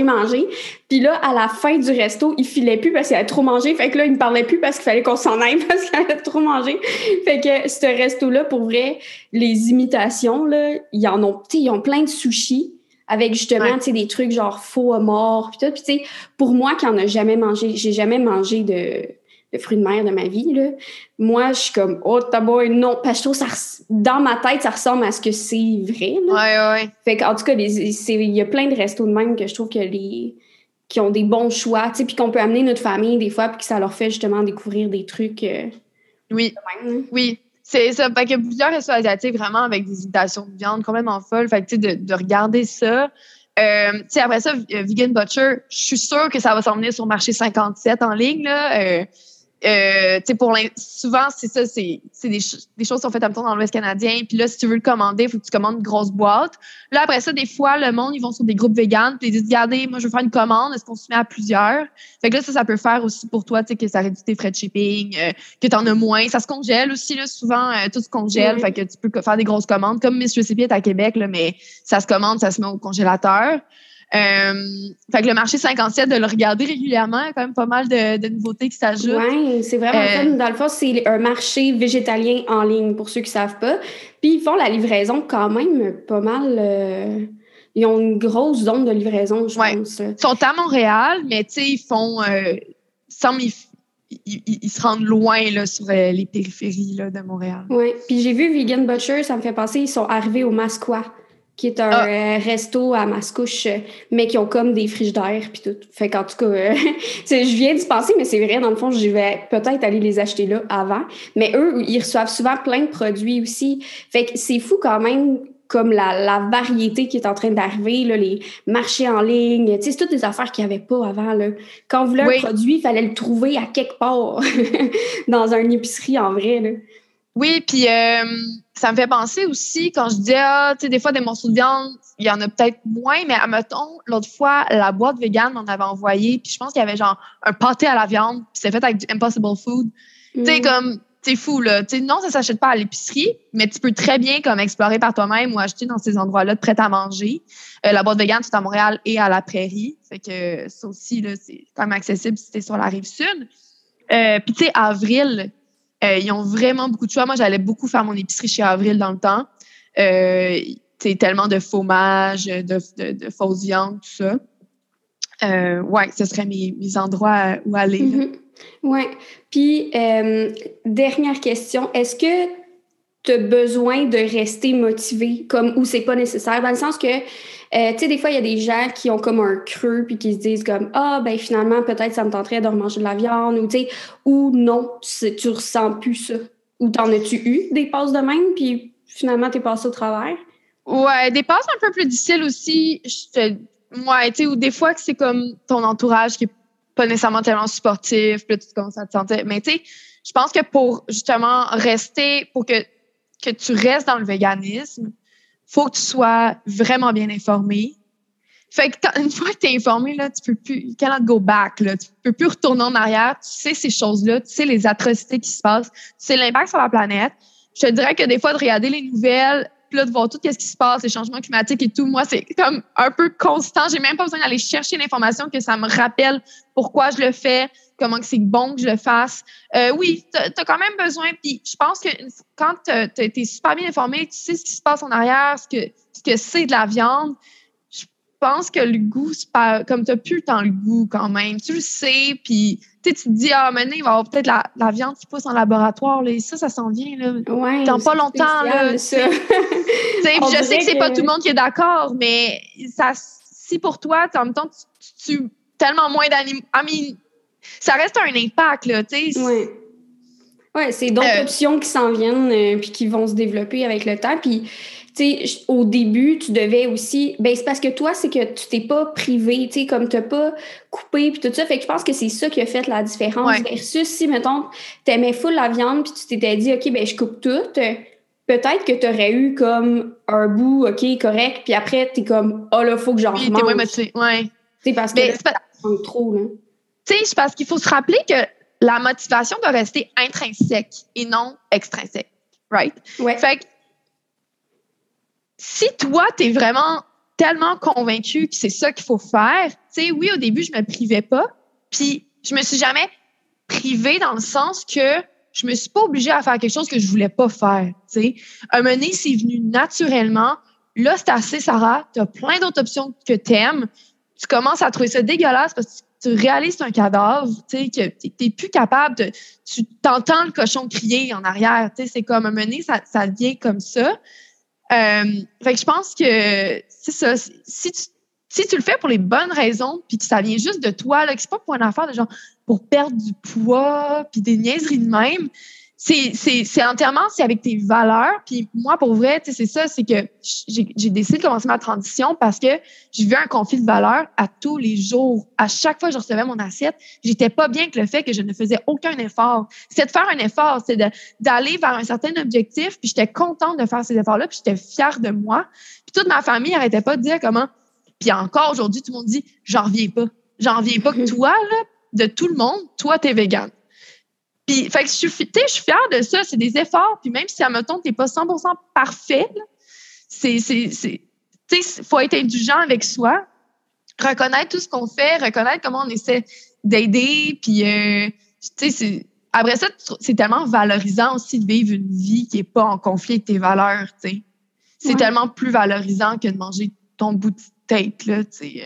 [SPEAKER 1] Puis là, à la fin du resto, il filait plus parce qu'il avait trop mangé. Fait que là, il me parlait plus parce qu'il fallait qu'on s'en aille parce qu'il avait trop mangé. Fait que ce resto-là, pour vrai, les imitations, là, ils ont plein de sushis avec justement, tu sais, des trucs genre faux homard puis tout. Puis tu sais, pour moi qui en a jamais mangé, j'ai jamais mangé de fruits de mer de ma vie, là. Moi, je suis comme, oh, taboy, non. Parce que je trouve dans ma tête, ça ressemble à ce que c'est vrai,
[SPEAKER 2] là. Ouais.
[SPEAKER 1] Fait qu'en tout cas, il y a plein de restos de même que je trouve que qui ont des bons choix, tu sais, puis qu'on peut amener notre famille des fois, puis que ça leur fait justement découvrir des trucs.
[SPEAKER 2] Oui. C'est ça. Fait qu'il y a plusieurs restaurants asiatiques vraiment avec des imitations de viande complètement folles. Fait que, tu sais, de regarder ça. Tu sais, après ça, Vegan Butcher, je suis sûre que ça va s'en venir sur Marché 57 en ligne, là. Tu sais, souvent, c'est ça, c'est des choses qui sont faites à temps dans l'Ouest canadien. Puis là, si tu veux le commander, il faut que tu commandes une grosse boîte. Là, après ça, des fois, le monde, ils vont sur des groupes véganes, puis ils disent, regardez, moi, je veux faire une commande, est-ce qu'on se met à plusieurs? Fait que là, ça peut faire aussi pour toi, tu sais, que ça réduit tes frais de shipping, que t'en as moins. Ça se congèle aussi, là, souvent, tout se congèle. Fait que tu peux faire des grosses commandes. Comme Miss Recipe est à Québec, là, mais ça se commande, ça se met au congélateur. Fait que le marché 57, de le regarder régulièrement, il y a quand même pas mal de nouveautés qui s'ajoutent.
[SPEAKER 1] Oui, c'est vraiment fun. Dans le fond, c'est un marché végétalien en ligne, pour ceux qui ne savent pas. Puis ils font la livraison quand même pas mal. Ils ont une grosse zone de livraison, je pense.
[SPEAKER 2] Ils sont à Montréal, mais tu sais, ils font... ils se rendent loin là, sur les périphéries là, de Montréal.
[SPEAKER 1] Oui, puis j'ai vu Vegan Butcher, ça me fait penser, ils sont arrivés au Masquoi, qui est un resto à Mascouche, mais qui ont comme des frigidaires puis tout. Fait qu'en tout cas, je viens d'y penser, mais c'est vrai, dans le fond, je vais peut-être aller les acheter là avant. Mais eux, ils reçoivent souvent plein de produits aussi. Fait que c'est fou quand même comme la variété qui est en train d'arriver, là, les marchés en ligne. Tu sais, c'est toutes des affaires qu'il n'y avait pas avant, là. Quand on voulait un produit, il fallait le trouver à quelque part dans une épicerie en vrai, là.
[SPEAKER 2] Oui, puis ça me fait penser aussi, quand je dis, tu sais, des fois, des morceaux de viande, il y en a peut-être moins, mais admettons, l'autre fois, la boîte vegan m'en avait envoyé, puis je pense qu'il y avait genre un pâté à la viande, puis c'est fait avec du Impossible Food. Tu sais, comme, c'est fou, là. Tu sais, non, ça s'achète pas à l'épicerie, mais tu peux très bien, comme, explorer par toi-même ou acheter dans ces endroits-là de prêt à manger. La boîte vegan, c'est à Montréal et à la Prairie. Fait que ça aussi, là, c'est quand même accessible si t'es sur la Rive-Sud. Puis, tu sais, Avril, ils ont vraiment beaucoup de choix. Moi, j'allais beaucoup faire mon épicerie chez Avril dans le temps. C'est tellement de fromage, de fausses viandes, tout ça. Ouais, ce serait mes endroits où aller.
[SPEAKER 1] Mm-hmm. Ouais. Puis, dernière question. Est-ce que tu as besoin de rester motivé ou c'est pas nécessaire? Dans le sens que, tu sais, des fois, il y a des gens qui ont comme un creux puis qui se disent comme, ben finalement, peut-être ça me tenterait de remanger de la viande ou, tu sais, ou non, tu ressens plus ça. Ou t'en as-tu eu des passes de même puis finalement, t'es passé au travers?
[SPEAKER 2] Ouais, des passes un peu plus difficiles aussi. Ouais, tu sais, ou des fois que c'est comme ton entourage qui est pas nécessairement tellement supportif, puis là, tu commences à te sentir. Mais tu sais, je pense que pour justement pour que tu restes dans le véganisme, faut que tu sois vraiment bien informé. Fait que une fois que tu es informé, là, tu peux plus, you cannot go back, là. Tu peux plus retourner en arrière. Tu sais ces choses-là, tu sais les atrocités qui se passent, tu sais l'impact sur la planète. Je te dirais que des fois, de regarder les nouvelles, puis là, de voir tout ce qui se passe, les changements climatiques et tout, moi, c'est comme un peu constant. J'ai même pas besoin d'aller chercher l'information, que ça me rappelle pourquoi je le fais, comment que c'est bon que je le fasse. Oui, t'as quand même besoin. Puis je pense que quand t'es super bien informé, tu sais ce qui se passe en arrière, ce que c'est de la viande. Je pense que le goût, c'est pas comme t'as plus tant le goût quand même. Tu le sais, puis tu te dis, maintenant, il va y avoir peut-être la viande qui pousse en laboratoire. Là, et ça s'en vient. Là.
[SPEAKER 1] Ouais,
[SPEAKER 2] dans pas longtemps.
[SPEAKER 1] Spécial,
[SPEAKER 2] là,
[SPEAKER 1] ça.
[SPEAKER 2] Je sais que c'est pas tout le monde qui est d'accord, mais ça, si pour toi, en même temps, tu tellement moins d'animaux. Ça reste un impact, là, tu sais.
[SPEAKER 1] Ouais, c'est d'autres options qui s'en viennent puis qui vont se développer avec le temps. Puis, tu sais, au début, tu devais aussi... Ben, c'est parce que toi, c'est que tu t'es pas privé, tu sais, comme t'as pas coupé puis tout ça. Fait que je pense que c'est ça qui a fait la différence versus si, mettons, t'aimais full la viande puis tu t'étais dit, OK, ben je coupe tout. Peut-être que t'aurais eu comme un bout, OK, correct, puis après, t'es comme, là, faut que j'en mange.
[SPEAKER 2] T'es moins motivé, ouais.
[SPEAKER 1] Tu sais, parce que là, ça manque trop, là.
[SPEAKER 2] Tu sais, parce qu'il faut se rappeler que la motivation doit rester intrinsèque et non extrinsèque, right?
[SPEAKER 1] Ouais.
[SPEAKER 2] Fait que si toi, t'es vraiment tellement convaincu que c'est ça qu'il faut faire, tu sais, oui, au début, je me privais pas, puis je me suis jamais privée dans le sens que je me suis pas obligée à faire quelque chose que je voulais pas faire, tu sais. Un moment donné, c'est venu naturellement. Là, c'est assez, Sarah. T'as plein d'autres options que t'aimes. Tu commences à trouver ça dégueulasse parce que tu réalises un cadavre, tu sais, que t'es plus capable de... Tu t'entends le cochon crier en arrière, tu sais, c'est comme un moment donné, ça devient comme ça. Fait que je pense que c'est ça. Si tu le fais pour les bonnes raisons, puis que ça vient juste de toi, là, que c'est pas pour une affaire de genre pour perdre du poids, puis des niaiseries de même, c'est entièrement c'est avec tes valeurs. Puis moi, pour vrai, tu sais, c'est ça, c'est que j'ai décidé de commencer ma transition parce que j'ai vu un conflit de valeurs à tous les jours. À chaque fois que je recevais mon assiette, j'étais pas bien avec le fait que je ne faisais aucun effort. C'est de faire un effort, c'est d'aller vers un certain objectif. Puis j'étais contente de faire ces efforts-là, puis j'étais fière de moi. Puis toute ma famille arrêtait pas de dire comment. Puis encore aujourd'hui, tout le monde dit, j'en reviens pas. J'en reviens pas que toi, là, de tout le monde, toi, t'es végane. Puis, fait que je suis fière de ça. C'est des efforts. Puis même si, admettons, t'es pas 100% parfait, là, tu sais, faut être indulgent avec soi, reconnaître tout ce qu'on fait, reconnaître comment on essaie d'aider. Puis, tu sais, après ça, c'est tellement valorisant aussi de vivre une vie qui est pas en conflit avec tes valeurs, tu sais. C'est tellement plus valorisant que de manger ton bout de steak, là, tu sais.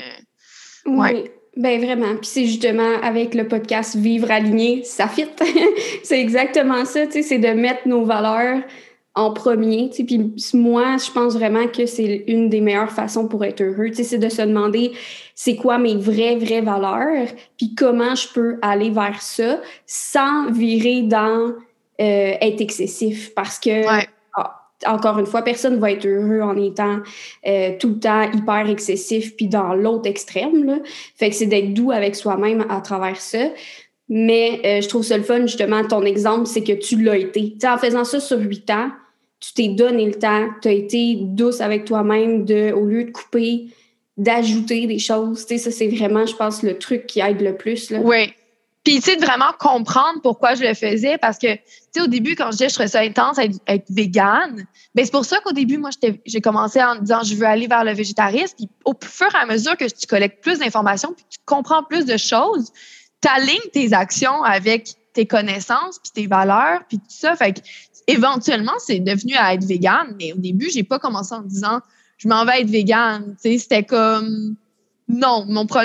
[SPEAKER 1] Oui. Ben vraiment. Puis c'est justement avec le podcast Vivre aligné, ça fit. C'est exactement ça, tu sais, c'est de mettre nos valeurs en premier, tu sais. Puis moi, je pense vraiment que c'est une des meilleures façons pour être heureux, tu sais, c'est de se demander c'est quoi mes vraies valeurs, puis comment je peux aller vers ça sans virer dans être excessif. Parce que encore une fois, personne ne va être heureux en étant tout le temps hyper excessif puis dans l'autre extrême, là. Fait que c'est d'être doux avec soi-même à travers ça. Mais je trouve ça le fun, justement, ton exemple, c'est que tu l'as été. T'sais, en faisant ça sur 8 ans, tu t'es donné le temps, tu as été douce avec toi-même au lieu de couper, d'ajouter des choses. T'sais, ça, c'est vraiment, je pense, le truc qui aide le plus, là.
[SPEAKER 2] Oui. Puis, tu sais, de vraiment comprendre pourquoi je le faisais, parce que, tu sais, au début, quand je disais je trouvais ça intense être végane, ben c'est pour ça qu'au début, moi, j'ai commencé en disant je veux aller vers le végétarisme. Puis, au fur et à mesure que tu collectes plus d'informations, puis tu comprends plus de choses, tu alignes tes actions avec tes connaissances, puis tes valeurs, puis tout ça. Fait que, éventuellement, c'est devenu à être végane. Mais au début, j'ai pas commencé en disant je m'en vais être végane. Tu sais, c'était comme non,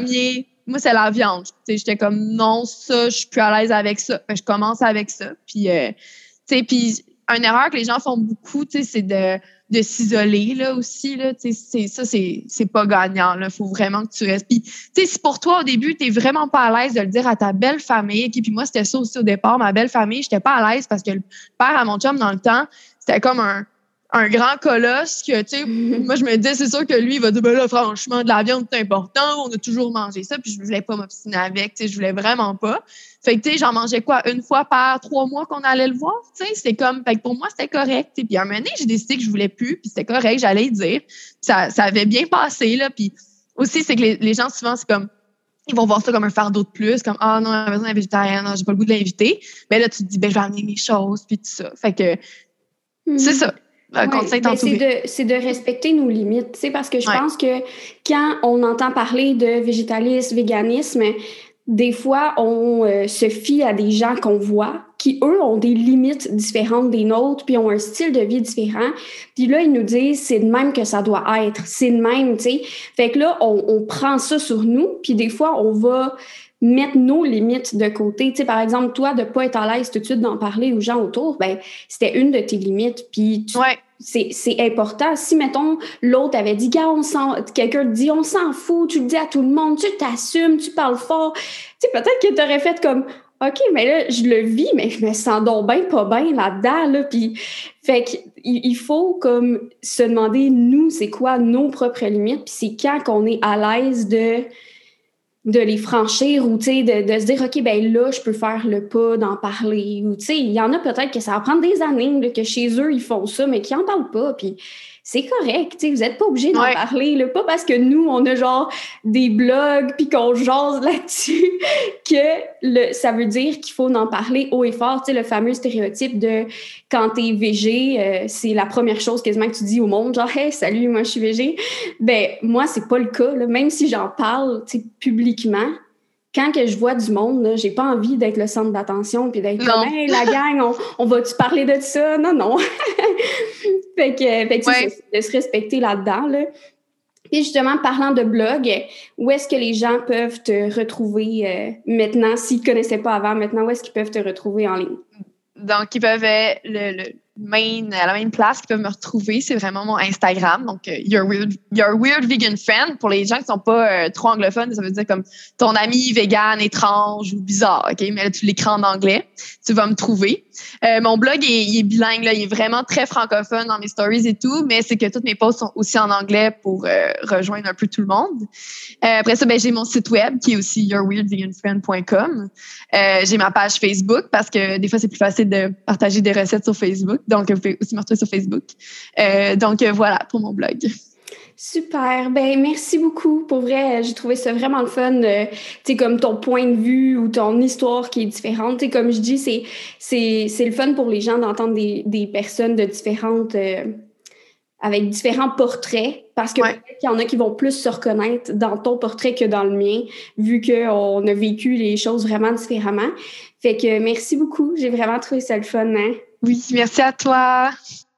[SPEAKER 2] moi, c'est la viande. Tu sais, j'étais comme, non, ça, je suis plus à l'aise avec ça. Fait que je commence avec ça. Puis, tu sais, puis, une erreur que les gens font beaucoup, tu sais, c'est de s'isoler, là, aussi, là. Tu sais, c'est pas gagnant, là. Faut vraiment que tu restes. Puis, tu sais, si pour toi, au début, t'es vraiment pas à l'aise de le dire à ta belle famille, puis moi, c'était ça aussi au départ, ma belle famille, j'étais pas à l'aise parce que le père à mon chum, dans le temps, c'était comme un grand colosse que, tu sais, moi, je me disais, c'est sûr que lui, il va dire, ben là, franchement, de la viande, c'est important, on a toujours mangé ça, puis je voulais pas m'obstiner avec, tu sais, je voulais vraiment pas. Fait que, tu sais, j'en mangeais quoi, une fois par 3 mois qu'on allait le voir, tu sais, c'est comme, fait que pour moi, c'était correct, tu sais. Puis à un moment donné, j'ai décidé que je voulais plus, puis c'était correct, j'allais le dire. Puis ça avait bien passé, là, puis aussi, c'est que les gens, souvent, c'est comme, ils vont voir ça comme un fardeau de plus, comme, ah non, la maison est végétarienne, non, j'ai pas le goût de l'inviter. Mais là, tu te dis, ben, je vais amener mes choses, puis tout ça. Fait que, c'est ça.
[SPEAKER 1] C'est de respecter nos limites, tu sais, parce que je pense que quand on entend parler de végétalisme, véganisme, des fois, on se fie à des gens qu'on voit qui, eux, ont des limites différentes des nôtres, puis ont un style de vie différent. Puis là, ils nous disent, c'est de même que ça doit être, c'est de même, tu sais. Fait que là, on prend ça sur nous, puis des fois, on va mettre nos limites de côté. Tu sais, par exemple, toi, de pas être à l'aise tout de suite d'en parler aux gens autour, ben c'était une de tes limites. Puis c'est important. Si, mettons, l'autre avait dit, gars, quelqu'un te dit, on s'en fout, tu le dis à tout le monde, tu t'assumes, tu parles fort. Tu sais, peut-être que t'aurais fait comme, OK, mais là, je le vis, mais je me sens donc bien pas bien là-dedans, là. Puis, fait qu'il faut comme se demander, nous, c'est quoi nos propres limites, puis c'est quand qu'on est à l'aise de les franchir ou, tu sais, de se dire, OK, ben là, je peux faire le pas d'en parler. Ou, tu sais, il y en a peut-être que ça va prendre des années, là, que chez eux, ils font ça, mais qui n'en parlent pas. Puis c'est correct, tu sais, vous n'êtes pas obligés d'en parler, là. Pas parce que nous, on a genre des blogs puis qu'on jase là-dessus que ça veut dire qu'il faut en parler haut et fort. Tu sais, le fameux stéréotype de quand t'es végé, c'est la première chose quasiment que tu dis au monde, genre, hey, salut, moi, je suis végé. Ben, moi, c'est pas le cas, là. Même si j'en parle, tu sais, publiquement, quand que je vois du monde, là, j'ai pas envie d'être le centre d'attention puis d'être comme, hey, la gang, on va-tu parler de ça? Non. fait que c'est de se respecter là-dedans, là. Puis justement, parlant de blog, où est-ce que les gens peuvent te retrouver maintenant, s'ils ne te connaissaient pas avant, maintenant, où est-ce qu'ils peuvent te retrouver en ligne?
[SPEAKER 2] Donc, ils peuvent, la même place qu'ils peuvent me retrouver, c'est vraiment mon Instagram. Donc, Your Weird Vegan Friend. Pour les gens qui sont pas trop anglophones, ça veut dire comme ton ami vegan, étrange ou bizarre. OK? Mais là, tu l'écris en anglais. Tu vas me trouver. Mon blog, il est bilingue. Là. Il est vraiment très francophone dans mes stories et tout. Mais c'est que toutes mes posts sont aussi en anglais pour rejoindre un peu tout le monde. Après ça, j'ai mon site web qui est aussi yourweirdveganfriend.com. J'ai ma page Facebook parce que des fois, c'est plus facile de partager des recettes sur Facebook. Donc, vous pouvez aussi me retrouver sur Facebook. Voilà pour mon blog.
[SPEAKER 1] Super. Ben merci beaucoup. Pour vrai, j'ai trouvé ça vraiment le fun. Tu sais, comme ton point de vue ou ton histoire qui est différente. Tu sais, comme je dis, c'est le fun pour les gens d'entendre des personnes de différentes... avec différents portraits, parce que peut-être qu'il y en a qui vont plus se reconnaître dans ton portrait que dans le mien, vu qu'on a vécu les choses vraiment différemment. Fait que merci beaucoup. J'ai vraiment trouvé ça le fun, hein?
[SPEAKER 2] Oui, merci à toi.